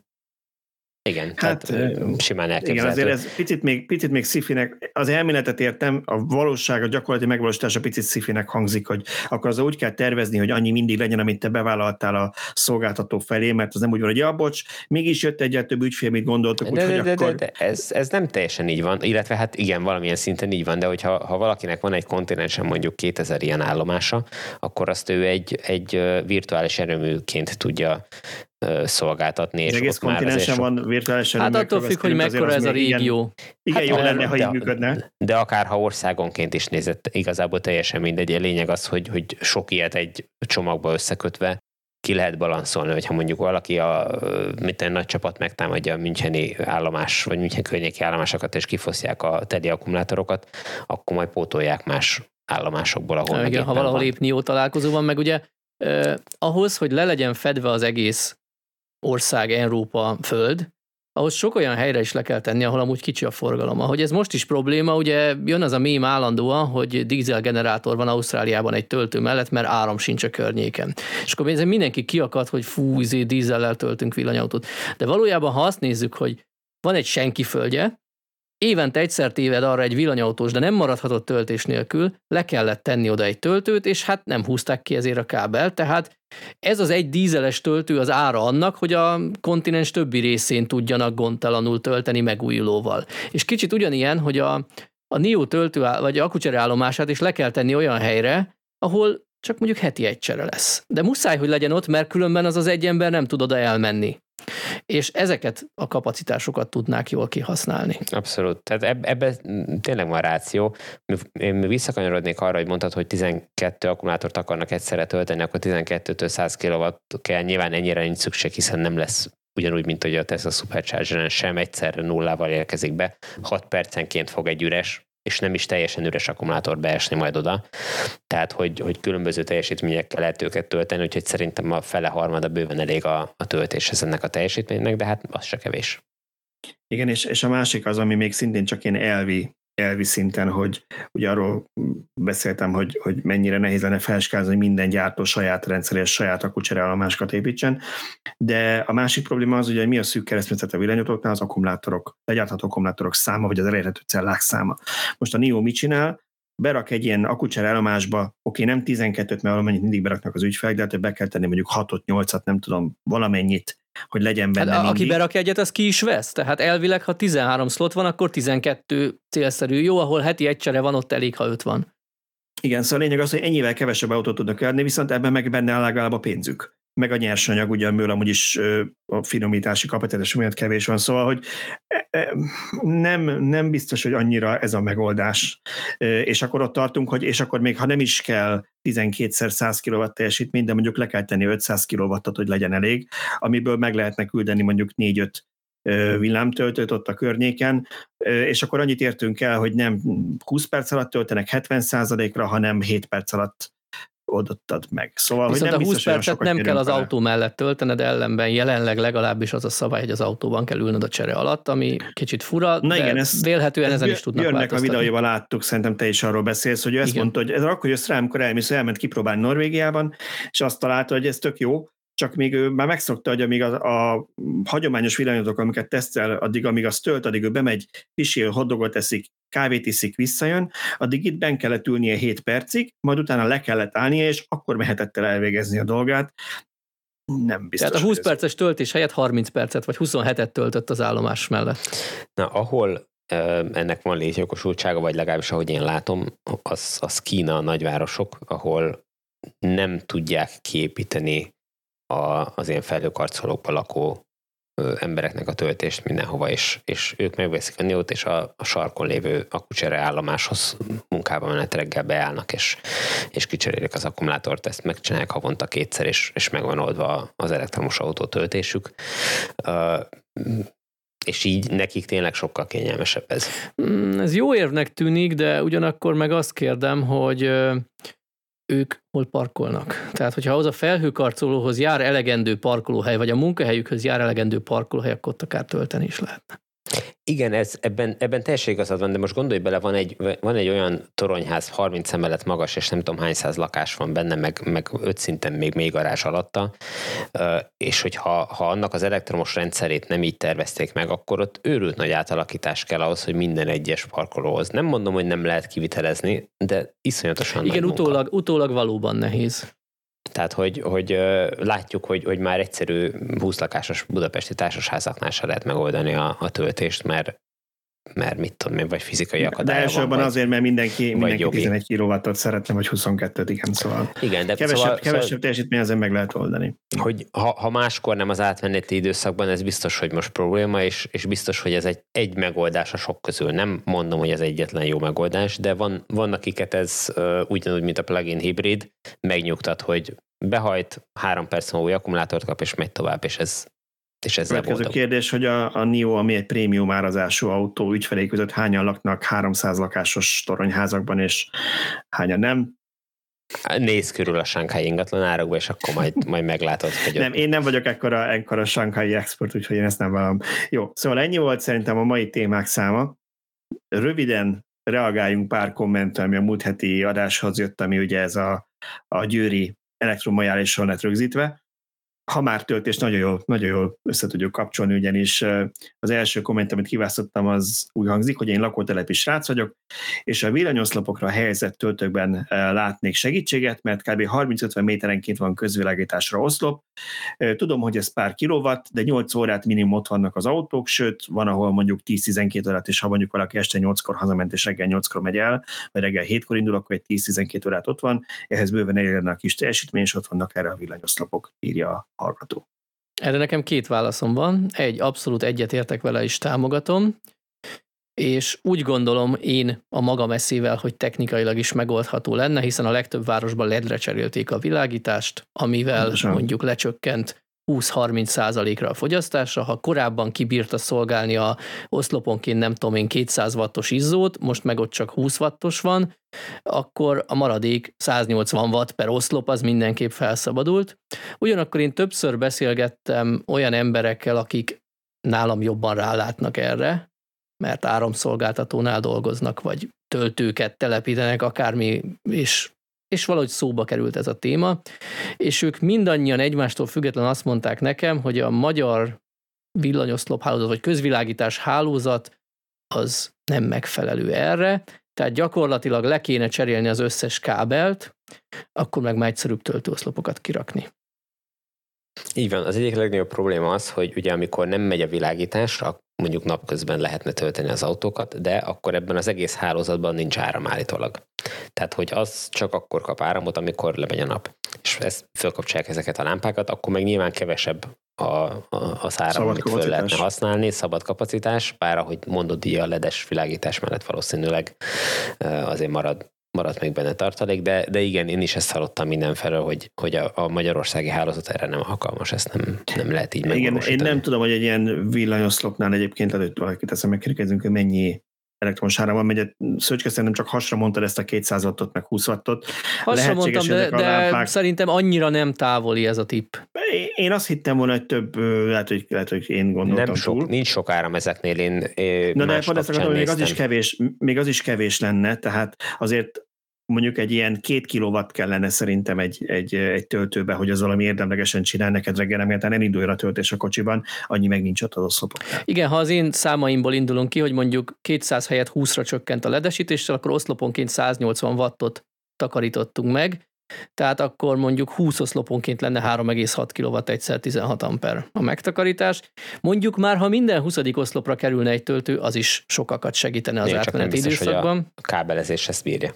Igen, hát tehát simán elképzelhető. Igen, azért ez picit még, picit még sci-finek, az elméletet értem, a valóság, a gyakorlati megvalósítása picit sci-finek hangzik, hogy akkor az úgy kell tervezni, hogy annyi mindig legyen, amit te bevállaltál a szolgáltató felé, mert az nem úgy van, hogy ja, bocs, mégis jött egyet több ügyfél, mit gondoltok, de, úgyhogy de, akkor... De, de, ez, ez nem teljesen így van, illetve hát igen, valamilyen szinten így van, de hogyha ha valakinek van egy kontinensen mondjuk kétezer ilyen állomása, akkor azt ő egy, egy virtuális erőműként tudja szolgáltatni. És egész kontinensen van virtuális erőmű. Hát attól függ, hogy mekkora ez a régió. Igen, hát jó de, lenne, ha de, így működne. De, de akár ha országonként is nézett, igazából teljesen mindegy. A lényeg az, hogy, hogy sok ilyet egy csomagba összekötve ki lehet balanszolni, hogyha mondjuk valaki a mint egy nagy csapat megtámadja a müncheni állomás, vagy München környéki állomásokat, és kifoszják a teli akkumulátorokat, akkor majd pótolják más állomásokból, ahol ja, igen, ha valahol van. épp NIO találkozó van, meg ugye eh, ahhoz, hogy le legyen fedve az egész ország, Európa, föld, ahhoz sok olyan helyre is le kell tenni, ahol amúgy kicsi a forgalom. Ahogy ez most is probléma, ugye jön az a mém állandóan, hogy dízelgenerátor van Ausztráliában egy töltő mellett, mert áram sincs a környéken. És akkor mindenki kiakad, hogy fú, izé, dízellel töltünk villanyautót. De valójában, ha azt nézzük, hogy van egy senki földje, évente egyszer téved arra egy villanyautós, de nem maradhatott töltés nélkül, le kellett tenni oda egy töltőt, és hát nem húzták ki ezért a kábelt, tehát ez az egy dízeles töltő az ára annak, hogy a kontinens többi részén tudjanak gondtalanul tölteni megújulóval. És kicsit ugyanilyen, hogy a, a NIO töltő, vagy akkucsere állomását is le kell tenni olyan helyre, ahol csak mondjuk heti egy csere lesz. De muszáj, hogy legyen ott, mert különben az az egy ember nem tud oda elmenni. És ezeket a kapacitásokat tudnák jól kihasználni. Abszolút. Tehát eb- ebben tényleg van ráció. Én visszakanyarodnék arra, hogy mondtad, hogy tizenkettő akkumulátort akarnak egyszerre tölteni, akkor tizenkettőtől száz kilowatt kell. Nyilván ennyire nincs szükség, hiszen nem lesz ugyanúgy, mint hogy a Tesla Superchargeren sem egyszerre nullával érkezik be. hat percenként fog egy üres, és nem is teljesen üres akkumulátor beesni majd oda. Tehát, hogy, hogy különböző teljesítményekkel lehet őket tölteni, úgyhogy szerintem a fele harmada bőven elég a, a töltéshez ennek a teljesítménynek, de hát az se kevés. Igen, és, és a másik az, ami még szintén csak ilyen elvi elvi szinten, hogy ugye arról beszéltem, hogy, hogy mennyire nehéz lenne felskázni, hogy minden gyártó saját rendszeres, saját akkucsereállomásokat építsen, de a másik probléma az, hogy mi a szűk keresztmetszet a villanyautóknál, az akkumulátorok, legyártható akkumulátorok száma, vagy az elérhető cellák száma. Most a NIO mit csinál? Berak egy ilyen akkucsereállomásba, oké, nem tizenkettőt, mert valamennyit mindig beraknak az ügyfelek, de hát be kell tenni mondjuk hatot, nyolcat, nem tudom, valamennyit, hogy legyen benne hát, mindig. Aki berak egyet, az ki is vesz. Tehát elvileg, ha tizenhárom slot van, akkor tizenkettő célszerű. Jó, ahol heti egy csere van, ott elég, ha öt van. Igen, szóval a lényeg az, hogy ennyivel kevesebb autót tudnak eladni, viszont ebben meg benne áll legalább a pénzük. Meg a nyersanyag, ugye amiből amúgy is a finomítási kapacitás miatt kevés van, szóval, hogy nem, nem biztos, hogy annyira ez a megoldás. És akkor ott tartunk, hogy és akkor még ha nem is kell tizenkétszer száz kilowatt teljesítmény, de mondjuk le kell tenni ötszáz kilowattot, hogy legyen elég, amiből meg lehetne küldeni mondjuk négy-öt villámtöltőt ott a környéken, és akkor annyit értünk el, hogy nem húsz perc alatt töltenek hetven százalékra, hanem hét perc alatt odattad meg. Szóval, viszont hogy nem a húsz biztos, percet nem kell az vele. autó mellett töltened, ellenben jelenleg legalábbis az a szabály, hogy az autóban kell ülnöd a csere alatt, ami kicsit fura, Na de igen, ezt, vélhetően ezt ezen is tudnak Jönnek változtatni. a videóival láttuk, szerintem te is arról beszélsz, hogy ő ezt igen. mondta, hogy ez akkor jössz rá, amikor elmész, elment kipróbálni Norvégiában, és azt találta, hogy ez tök jó, csak még ő már megszokta, hogy amíg a, a hagyományos villanyautók, amiket tesztel, addig, amíg az tölt, addig ő bemegy, pisil, hotdogot eszik, kávét iszik, visszajön, addig itt benn kellett ülnie hét percig, majd utána le kellett állnia, és akkor mehetett el elvégezni a dolgát. Nem biztos. Tehát a húsz perces töltés helyett harminc percet, vagy huszonhetet töltött az állomás mellett. Na, ahol ennek van létjogosultsága, vagy legalábbis ahogy én látom, az, az Kína, a nagyvárosok, ahol nem tudják kiépíteni a, az ilyen felhőkarcolókban lakó ö, embereknek a töltést mindenhova, és, és ők megveszik a NIO-t, és a, a sarkon lévő akkucsere állomáshoz munkában menet reggel beállnak, és, és kicserélik az akkumulátort, ezt megcsinálják havonta kétszer, és, és meg van oldva az elektromos autó töltésük. Ö, és így nekik tényleg sokkal kényelmesebb ez. Ez jó érvnek tűnik, de ugyanakkor meg azt kérdem, hogy ők hol parkolnak. Tehát, hogyha ahhoz a felhőkarcolóhoz jár elegendő parkolóhely, vagy a munkahelyükhöz jár elegendő parkolóhely, akkor ott akár tölteni is lehetne. Igen, ez, ebben, ebben teljesen igazad van, de most gondolj bele, van egy, van egy olyan toronyház, harminc emelet magas, és nem tudom hány száz lakás van benne, meg, meg öt szinten még mély garázs alatta, és hogyha ha annak az elektromos rendszerét nem így tervezték meg, akkor ott őrült nagy átalakítás kell ahhoz, hogy minden egyes parkolóhoz. Nem mondom, hogy nem lehet kivitelezni, de iszonyatosan igen, nagy utólag, munka. utólag valóban nehéz. Tehát, hogy, hogy látjuk, hogy, hogy már egyszerű húsz lakásos budapesti társasházaknál se lehet megoldani a, a töltést, mert, mert mit tudom én, vagy fizikai akadálya De elsősorban van, azért, mert mindenki, mindenki jogi. tizenegy kilowattot szeretne, vagy huszonkettőt, igen, szóval. Igen, de kevesebb, szóval, kevesebb szóval, teljesítmény azért meg lehet oldani. Hogy ha, ha máskor nem az átmeneti időszakban, ez biztos, hogy most probléma, és, és biztos, hogy ez egy, egy megoldás a sok közül. Nem mondom, hogy ez egyetlen jó megoldás, de van, van akiket ez uh, ugyanúgy, mint a plug-in hibrid, megnyugtat, hogy behajt, három perc múlva új akkumulátort kap, és megy tovább, és ez és ezzel Következő boldog. kérdés, hogy a, a NIO, ami egy prémium árazású autó ügyfelé között hányan laknak háromszáz lakásos toronyházakban, és hányan nem? Nézz körül a Shanghai ingatlan árakba, és akkor majd, majd meglátod, hogy Nem, én nem vagyok ekkora, ekkora Shanghai expert, úgyhogy én ezt nem vallom. Jó, szóval ennyi volt szerintem a mai témák száma. Röviden reagáljunk pár kommentre, ami a múlt heti adáshoz jött, ami ugye ez a, a győri elektromojálisan lett rögzítve. Ha már töltés, nagyon jól, nagyon jól össze tudjuk kapcsolni, ugyanis az első komment, amit kiválasztottam, az úgy hangzik, hogy én lakótelepi srác vagyok, és a villanyoszlopokra helyezett töltőkben látnék segítséget, mert kb. harminc-ötven méterenként van közvilágításra oszlop. Tudom, hogy ez pár kilowatt, de nyolc órát minimum ott vannak az autók, sőt, van, ahol mondjuk tíz-tizenkét órát, és ha mondjuk valaki este nyolckor hazament, és reggel nyolckor megy el, vagy reggel hétkor indul, akkor egy tíz-tizenkét órát ott van, ehhez bőven elérne a kis teljesítmény, és ott vannak erre a villanyoszlopok, írja a hallgató. Erre nekem két válaszom van. Egy, abszolút egyetértek vele, és támogatom, és úgy gondolom én a magam eszével, hogy technikailag is megoldható lenne, hiszen a legtöbb városban el é dé-re cserélték a világítást, amivel Pontosan. mondjuk lecsökkent húsz-harminc százalékra a fogyasztása. Ha korábban kibírta szolgálni a oszloponként nem tudom én kétszáz wattos izzót, most meg ott csak húsz wattos van, akkor a maradék száznyolcvan watt per oszlop az mindenképp felszabadult. Ugyanakkor én többször beszélgettem olyan emberekkel, akik nálam jobban rálátnak erre, mert áramszolgáltatónál dolgoznak, vagy töltőket telepítenek, akármi, és, és valahogy szóba került ez a téma, és ők mindannyian egymástól függetlenül azt mondták nekem, hogy a magyar villanyoszlop hálózat, vagy közvilágítás hálózat az nem megfelelő erre, tehát gyakorlatilag le kéne cserélni az összes kábelt, akkor meg már egyszerűbb töltőoszlopokat kirakni. Így van, az egyik legnagyobb probléma az, hogy ugye amikor nem megy a világításra, mondjuk napközben lehetne tölteni az autókat, de akkor ebben az egész hálózatban nincs áram állítólag. Tehát, hogy az csak akkor kap áramot, amikor lemegy a nap. És ezt fölkapcsolják ezeket a lámpákat, akkor meg nyilván kevesebb a, a, az áram, amit föl lehetne használni, szabad kapacitás, bár ahogy mondod, így a ledes világítás mellett valószínűleg azért marad, marad még benne tartalék, de, de igen, én is ezt hallottam mindenfelől, hogy, hogy a, a magyarországi hálózat erre nem alkalmas, ezt nem, nem lehet így megvalósítani. Igen, én nem tudom, hogy egy ilyen villanyoszlopnál egyébként lehet, hogy valakit ezt megkérdezzünk, hogy mennyi elektromos áram van, mert Szöcske szerintem csak hasra mondtad ezt a kétszáz wattot, meg húsz wattot. Hasra mondtam, de, de lámpák... szerintem annyira nem távoli ez a tipp. Én azt hittem volna, hogy több, lehet, hogy, lehet, hogy én gondoltam nem sok, túl. Nincs sok áram ezeknél, én Na de pont ezt akartam, még az is kevés, még az is kevés lenne, tehát azért mondjuk egy ilyen két kilowatt kellene szerintem egy, egy, egy töltőbe, hogy az valami érdemlegesen csinál neked reggel, mert nem induljon a töltés a kocsiban, annyi meg nincs ott az oszlopok. Igen, ha az én számaimból indulunk ki, hogy mondjuk kétszáz helyett húszra csökkent a ledesítéssel, akkor oszloponként száznyolcvan wattot takarítottunk meg, tehát akkor mondjuk húsz oszloponként lenne három egész hat kilowatt egyszer tizenhat amper a megtakarítás. Mondjuk már, ha minden huszadik oszlopra kerülne egy töltő, az is sokakat segítene az Én átmeneti időszakban. A kábelezés ezt bírja.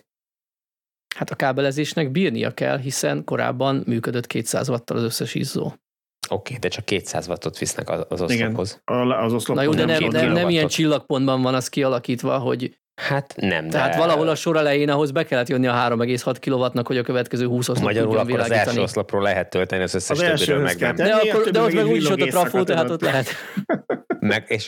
Hát a kábelezésnek bírnia kell, hiszen korábban működött kétszáz watttal az összes izzó. Oké, okay, de csak kétszáz wattot visznek az, az oszlophoz. Igen, az oszlophoz. Na jó, de nem, nem, nem, nem ilyen csillagpontban van az kialakítva, hogy hát nem, tehát de... valahol a sor elején ahhoz be kellett jönni a három egész hat kilowattnak, hogy a következő húsz oszlop magyarul tudjon akkor világítani. az első oszlopról lehet tölteni, az összes az többiről meg nem. De, akkor, de ott meg úgyis ott a trafó, tehát ott lehet. Meg, és,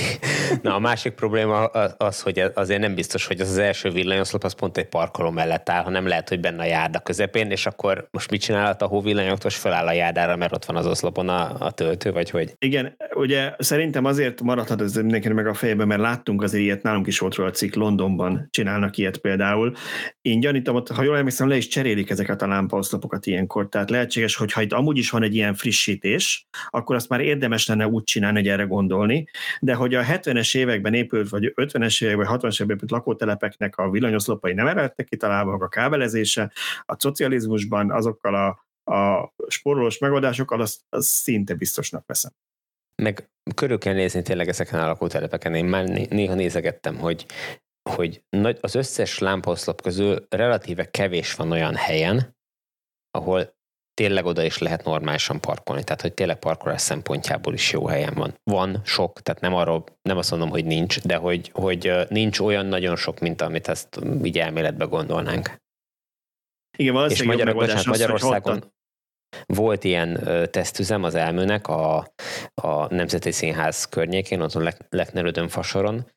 na a másik probléma az, hogy azért nem biztos, hogy az az első villanyoszlop az pont egy parkoló mellett áll, hanem lehet, hogy benne a járda közepén, és akkor most mit csinálhat a hóvillanyoktos, föláll a járdára, mert ott van az oszlopon a, a töltő, vagy hogy? Igen, ugye szerintem azért maradhat ez mindenkinek meg a fejében, mert láttunk azért ilyet, nálunk is volt róla a cikk, Londonban csinálnak ilyet például. Én gyanítom, ott, ha jól emlékszem, le is cserélik ezeket a lámpaoszlopokat ilyenkor, tehát lehetséges, hogy ha itt amúgy is van egy ilyen frissítés, akkor azt már érdemes lenne úgy csinálni, hogy erre gondolni, de hogy a hetvenes években épült, vagy ötvenes években, vagy hatvanas években épült lakótelepeknek a villanyoszlopai nem erre lettek kitalálva, a kábelezése, a szocializmusban azokkal a, a spórolós megoldásokkal, azt, azt szinte biztosnak veszem. Meg körül kell nézni tényleg ezeken a lakótelepeken. Én már néha nézegettem, hogy, hogy az összes lámpaoszlop közül relatíve kevés van olyan helyen, ahol tényleg oda is lehet normálisan parkolni, tehát hogy tényleg parkolás szempontjából is jó helyen van. Van sok, tehát nem arról, nem azt mondom, hogy nincs, de hogy, hogy nincs olyan nagyon sok, mint amit ezt így elméletbe gondolnánk. Igen, és Magyar, bocsánat, Magyarországon volt ilyen tesztüzem az Elmőnek a, a Nemzeti Színház környékén, azon Lechnerödön fasoron,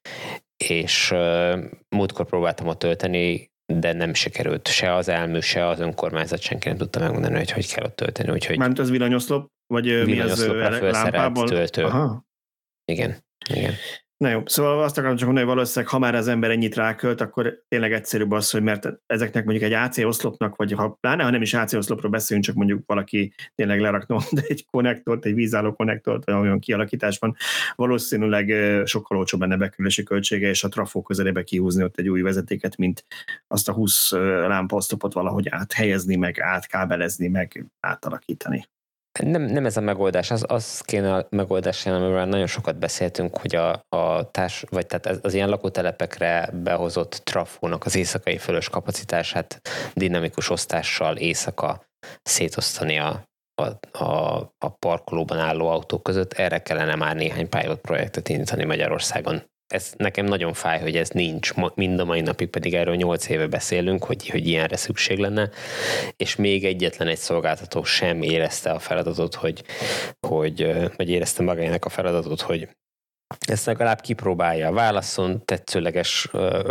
és uh, múltkor próbáltam ott tölteni, de nem sikerült. Se az Elmő, se az önkormányzat, senki nem tudta megmondani, hogy hogy kell ott tölteni. Úgyhogy mármint az villanyoszlop? Vagy villanyoszlopra felszerelt töltő. Aha. Igen, igen. Na jó, szóval azt akarom csak mondani, hogy valószínűleg, ha már az ember ennyit rákölt, akkor tényleg egyszerűbb az, hogy mert ezeknek mondjuk egy á cé oszlopnak, vagy ha pláne, ha nem is á cé oszlopról beszélünk, csak mondjuk valaki tényleg lerakna egy konnektort, egy vízálló konnektort, vagy olyan kialakításban, valószínűleg sokkal olcsóbb lenne bekerülési költsége, és a trafó közelébe kihúzni ott egy új vezetéket, mint azt a húsz lámpaoszlopot valahogy áthelyezni, meg átkábelezni, meg átalakítani. Nem, nem ez a megoldás, az, az kéne a megoldás, amiről nagyon sokat beszéltünk, hogy a, a társ, vagy tehát az ilyen lakótelepekre behozott trafónak az éjszakai fölös kapacitását dinamikus osztással éjszaka szétosztani a, a, a, a parkolóban álló autók között. Erre kellene már néhány pilot projektet indítani Magyarországon. Ez nekem nagyon fáj, hogy ez nincs, mind a mai napig pedig erről nyolc éve beszélünk, hogy, hogy ilyenre szükség lenne, és még egyetlen egy szolgáltató sem érezte a feladatot, hogy, hogy vagy érezte magának a feladatot, hogy ezt legalább kipróbálja. Válasszon tetszőleges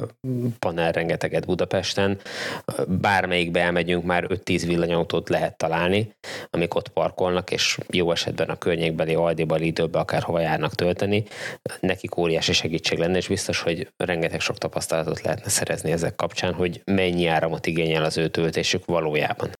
panel rengeteget Budapesten. Bármelyikbe elmegyünk, már öt-tíz villanyautót lehet találni, amik ott parkolnak, és jó esetben a környékbeli Aldiba, Lidlbe akárhova járnak tölteni. Nekik óriási segítség lenne, és biztos, hogy rengeteg sok tapasztalatot lehetne szerezni ezek kapcsán, hogy mennyi áramot igényel az ő töltésük valójában.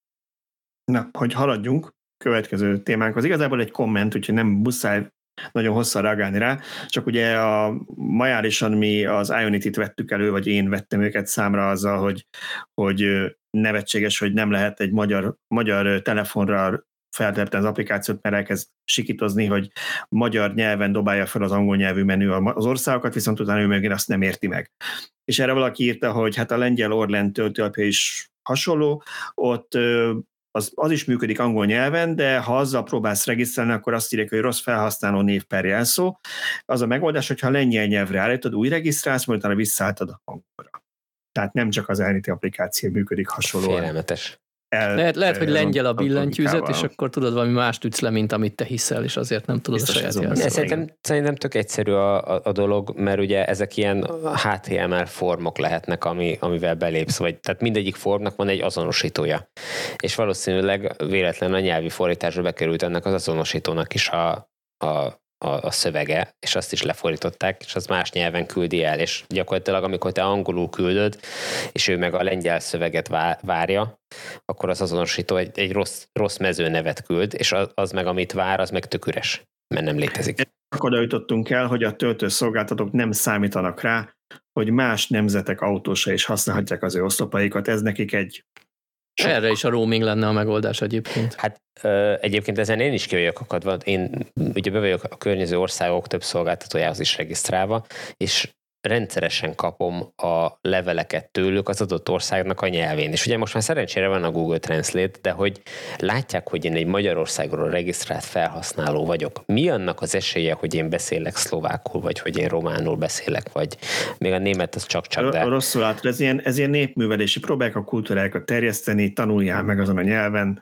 Na, hogy haladjunk, következő témánkhoz. Igazából egy komment, úgyhogy nem muszáj nagyon hosszan reagálni rá, csak ugye a majárisan mi az Ionity-t vettük elő, vagy én vettem őket számra azzal, hogy, hogy nevetséges, hogy nem lehet egy magyar, magyar telefonra feltölteni az applikációt, mert elkezd sikítozni, hogy magyar nyelven dobálja fel az angol nyelvű menü az országokat, viszont utána ő meg azt nem érti meg. És erre valaki írta, hogy hát a lengyel Orlen töltőapja is hasonló, ott Az, az is működik angol nyelven, de ha azzal próbálsz regisztrálni, akkor azt írják, hogy rossz felhasználó név per jelszó. Az a megoldás, hogyha lengyel nyelvre állítod, új regisztrálsz, majd utána visszaálltad a angolra. Tehát nem csak az Ionity applikáció működik hasonlóan. Félelmetes. El, lehet, lehet, hogy lengyel a billentyűzet, és akkor tudod, valami mást ütsz le, mint amit te hiszel, és azért nem tudod biztos a saját jelszót. Szerintem, szerintem tök egyszerű a, a, a dolog, mert ugye ezek ilyen há té em el formok lehetnek, ami, amivel belépsz, vagy tehát mindegyik formnak van egy azonosítója. És valószínűleg véletlenül a nyelvi fordításba bekerült ennek az azonosítónak is a, a A, a szövege, és azt is lefordították, és az más nyelven küldi el, és gyakorlatilag amikor te angolul küldöd, és ő meg a lengyel szöveget várja, akkor az azonosító egy, egy rossz, rossz mezőnevet küld, és az, az meg, amit vár, az meg tök üres, mert nem létezik. Akkor oda jutottunk el, hogy a töltőszolgáltatók nem számítanak rá, hogy más nemzetek autósai is használhatják az ő oszlopaikat, ez nekik egy Sok. Erre is a roaming lenne a megoldás egyébként. Hát ö, egyébként ezen én is ki vagyok akadva. Én ugye be vagyok a környező országok több szolgáltatójához is regisztrálva, és rendszeresen kapom a leveleket tőlük az adott országnak a nyelvén. És ugye most már szerencsére van a Google Translate, de hogy látják, hogy én egy Magyarországról regisztrált felhasználó vagyok. Mi annak az esélye, hogy én beszélek szlovákul, vagy hogy én románul beszélek, vagy még a német az csak-csak, de... Rosszul látod, ez ilyen, ez ilyen népművelési próbák a kultúrákat terjeszteni, tanuljál meg azon a nyelven.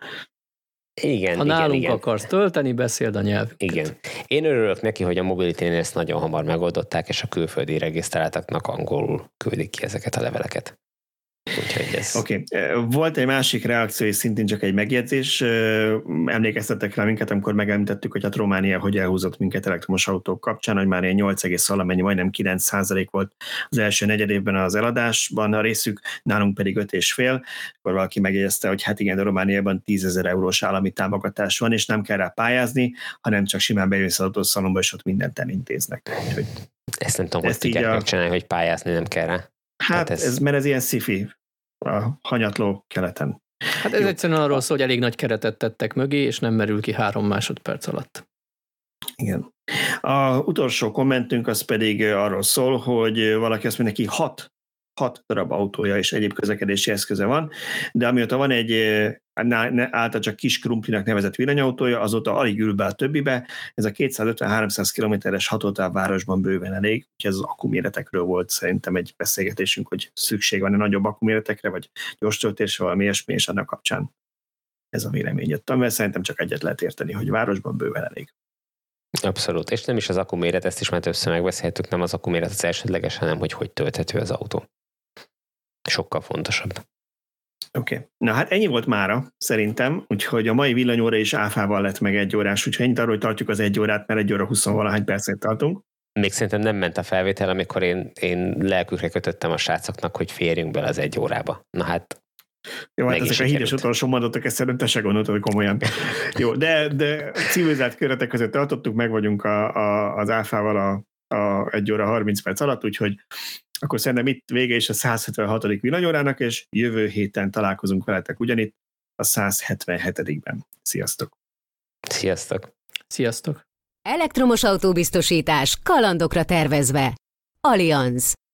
Igen, ha igen, nálunk igen. akarsz tölteni, beszéld a nyelvüket. Igen. Én örülök neki, hogy a Mobility-nél ezt nagyon hamar megoldották, és a külföldi regisztráltaknak angolul küldik ki ezeket a leveleket. Úgyhogy ez... Oké. Okay. Volt egy másik reakció, és szintén csak egy megjegyzés. Emlékeztettek rá minket, amikor megemlítettük, hogy hát Románia hogy elhúzott minket elektromos autók kapcsán, hogy már ilyen nyolc egész valamennyi, majdnem kilenc százalék volt az első negyedévben az eladásban a részük, nálunk pedig öt és fél. Akkor valaki megjegyezte, hogy hát igen, de Romániában tízezer eurós állami támogatás van, és nem kell rá pályázni, hanem csak simán bejössz az autószalomba, és ott mindent elintéznek. Úgyhogy ezt nem tudom, hogy tudják a... megcsinálni, hogy pályázni nem kell rá. Hát ez... ez, mert ez ilyen sci-fi a hanyatló keleten. Hát ez Jó. egyszerűen arról szól, hogy elég nagy keretet tettek mögé, és nem merül ki három másodperc alatt. Igen. A utolsó kommentünk az pedig arról szól, hogy valaki azt mondja, neki hat, hat darab autója és egyéb közlekedési eszköze van, de amióta van egy által csak kis krumplinak nevezett villanyautója, azóta alig ül be a többibe. Ez a kétszázötven-háromszáz kilométeres hatótáv városban bőven elég, úgyhogy ez az akkuméretekről volt szerintem egy beszélgetésünk, hogy szükség van-e nagyobb akkuméretekre, vagy gyors töltésre, valami ilyesmi, és annak kapcsán ez a vélemény jött, amivel szerintem csak egyet lehet érteni, hogy városban bőven elég. Abszolút, és nem is az akkuméret, ezt is már többször megbeszéltük, nem az akkuméret az elsődleges, hanem hogy hogy tölthető az autó. Sokkal fontosabb. Oké. Okay. Na hát ennyi volt mára, szerintem, úgyhogy a mai villanyóra is áfával lett meg egy órás, úgyhogy ennyit arról, hogy tartjuk az egy órát, mert egy óra huszonvalahány percet tartunk. Még szerintem nem ment a felvétel, amikor én, én lelkükre kötöttem a srácoknak, hogy férjünk bele az egy órába. Na hát jó, hát ezek a híres utolsó mondatok, ezt szerintem te se gondoltad, hogy komolyan. Jó, de, de civilizált körötek között tartottuk, meg vagyunk a, a, az áfával a, a egy óra harminc perc alatt, úgyhogy akkor szerintem itt vége is a száz hetvenhatodik villanyórának, és jövő héten találkozunk veletek ugyanitt a száz hetvenhetedikben. Sziasztok! Sziasztok! Sziasztok! Elektromos autóbiztosítás kalandokra tervezve. Allianz.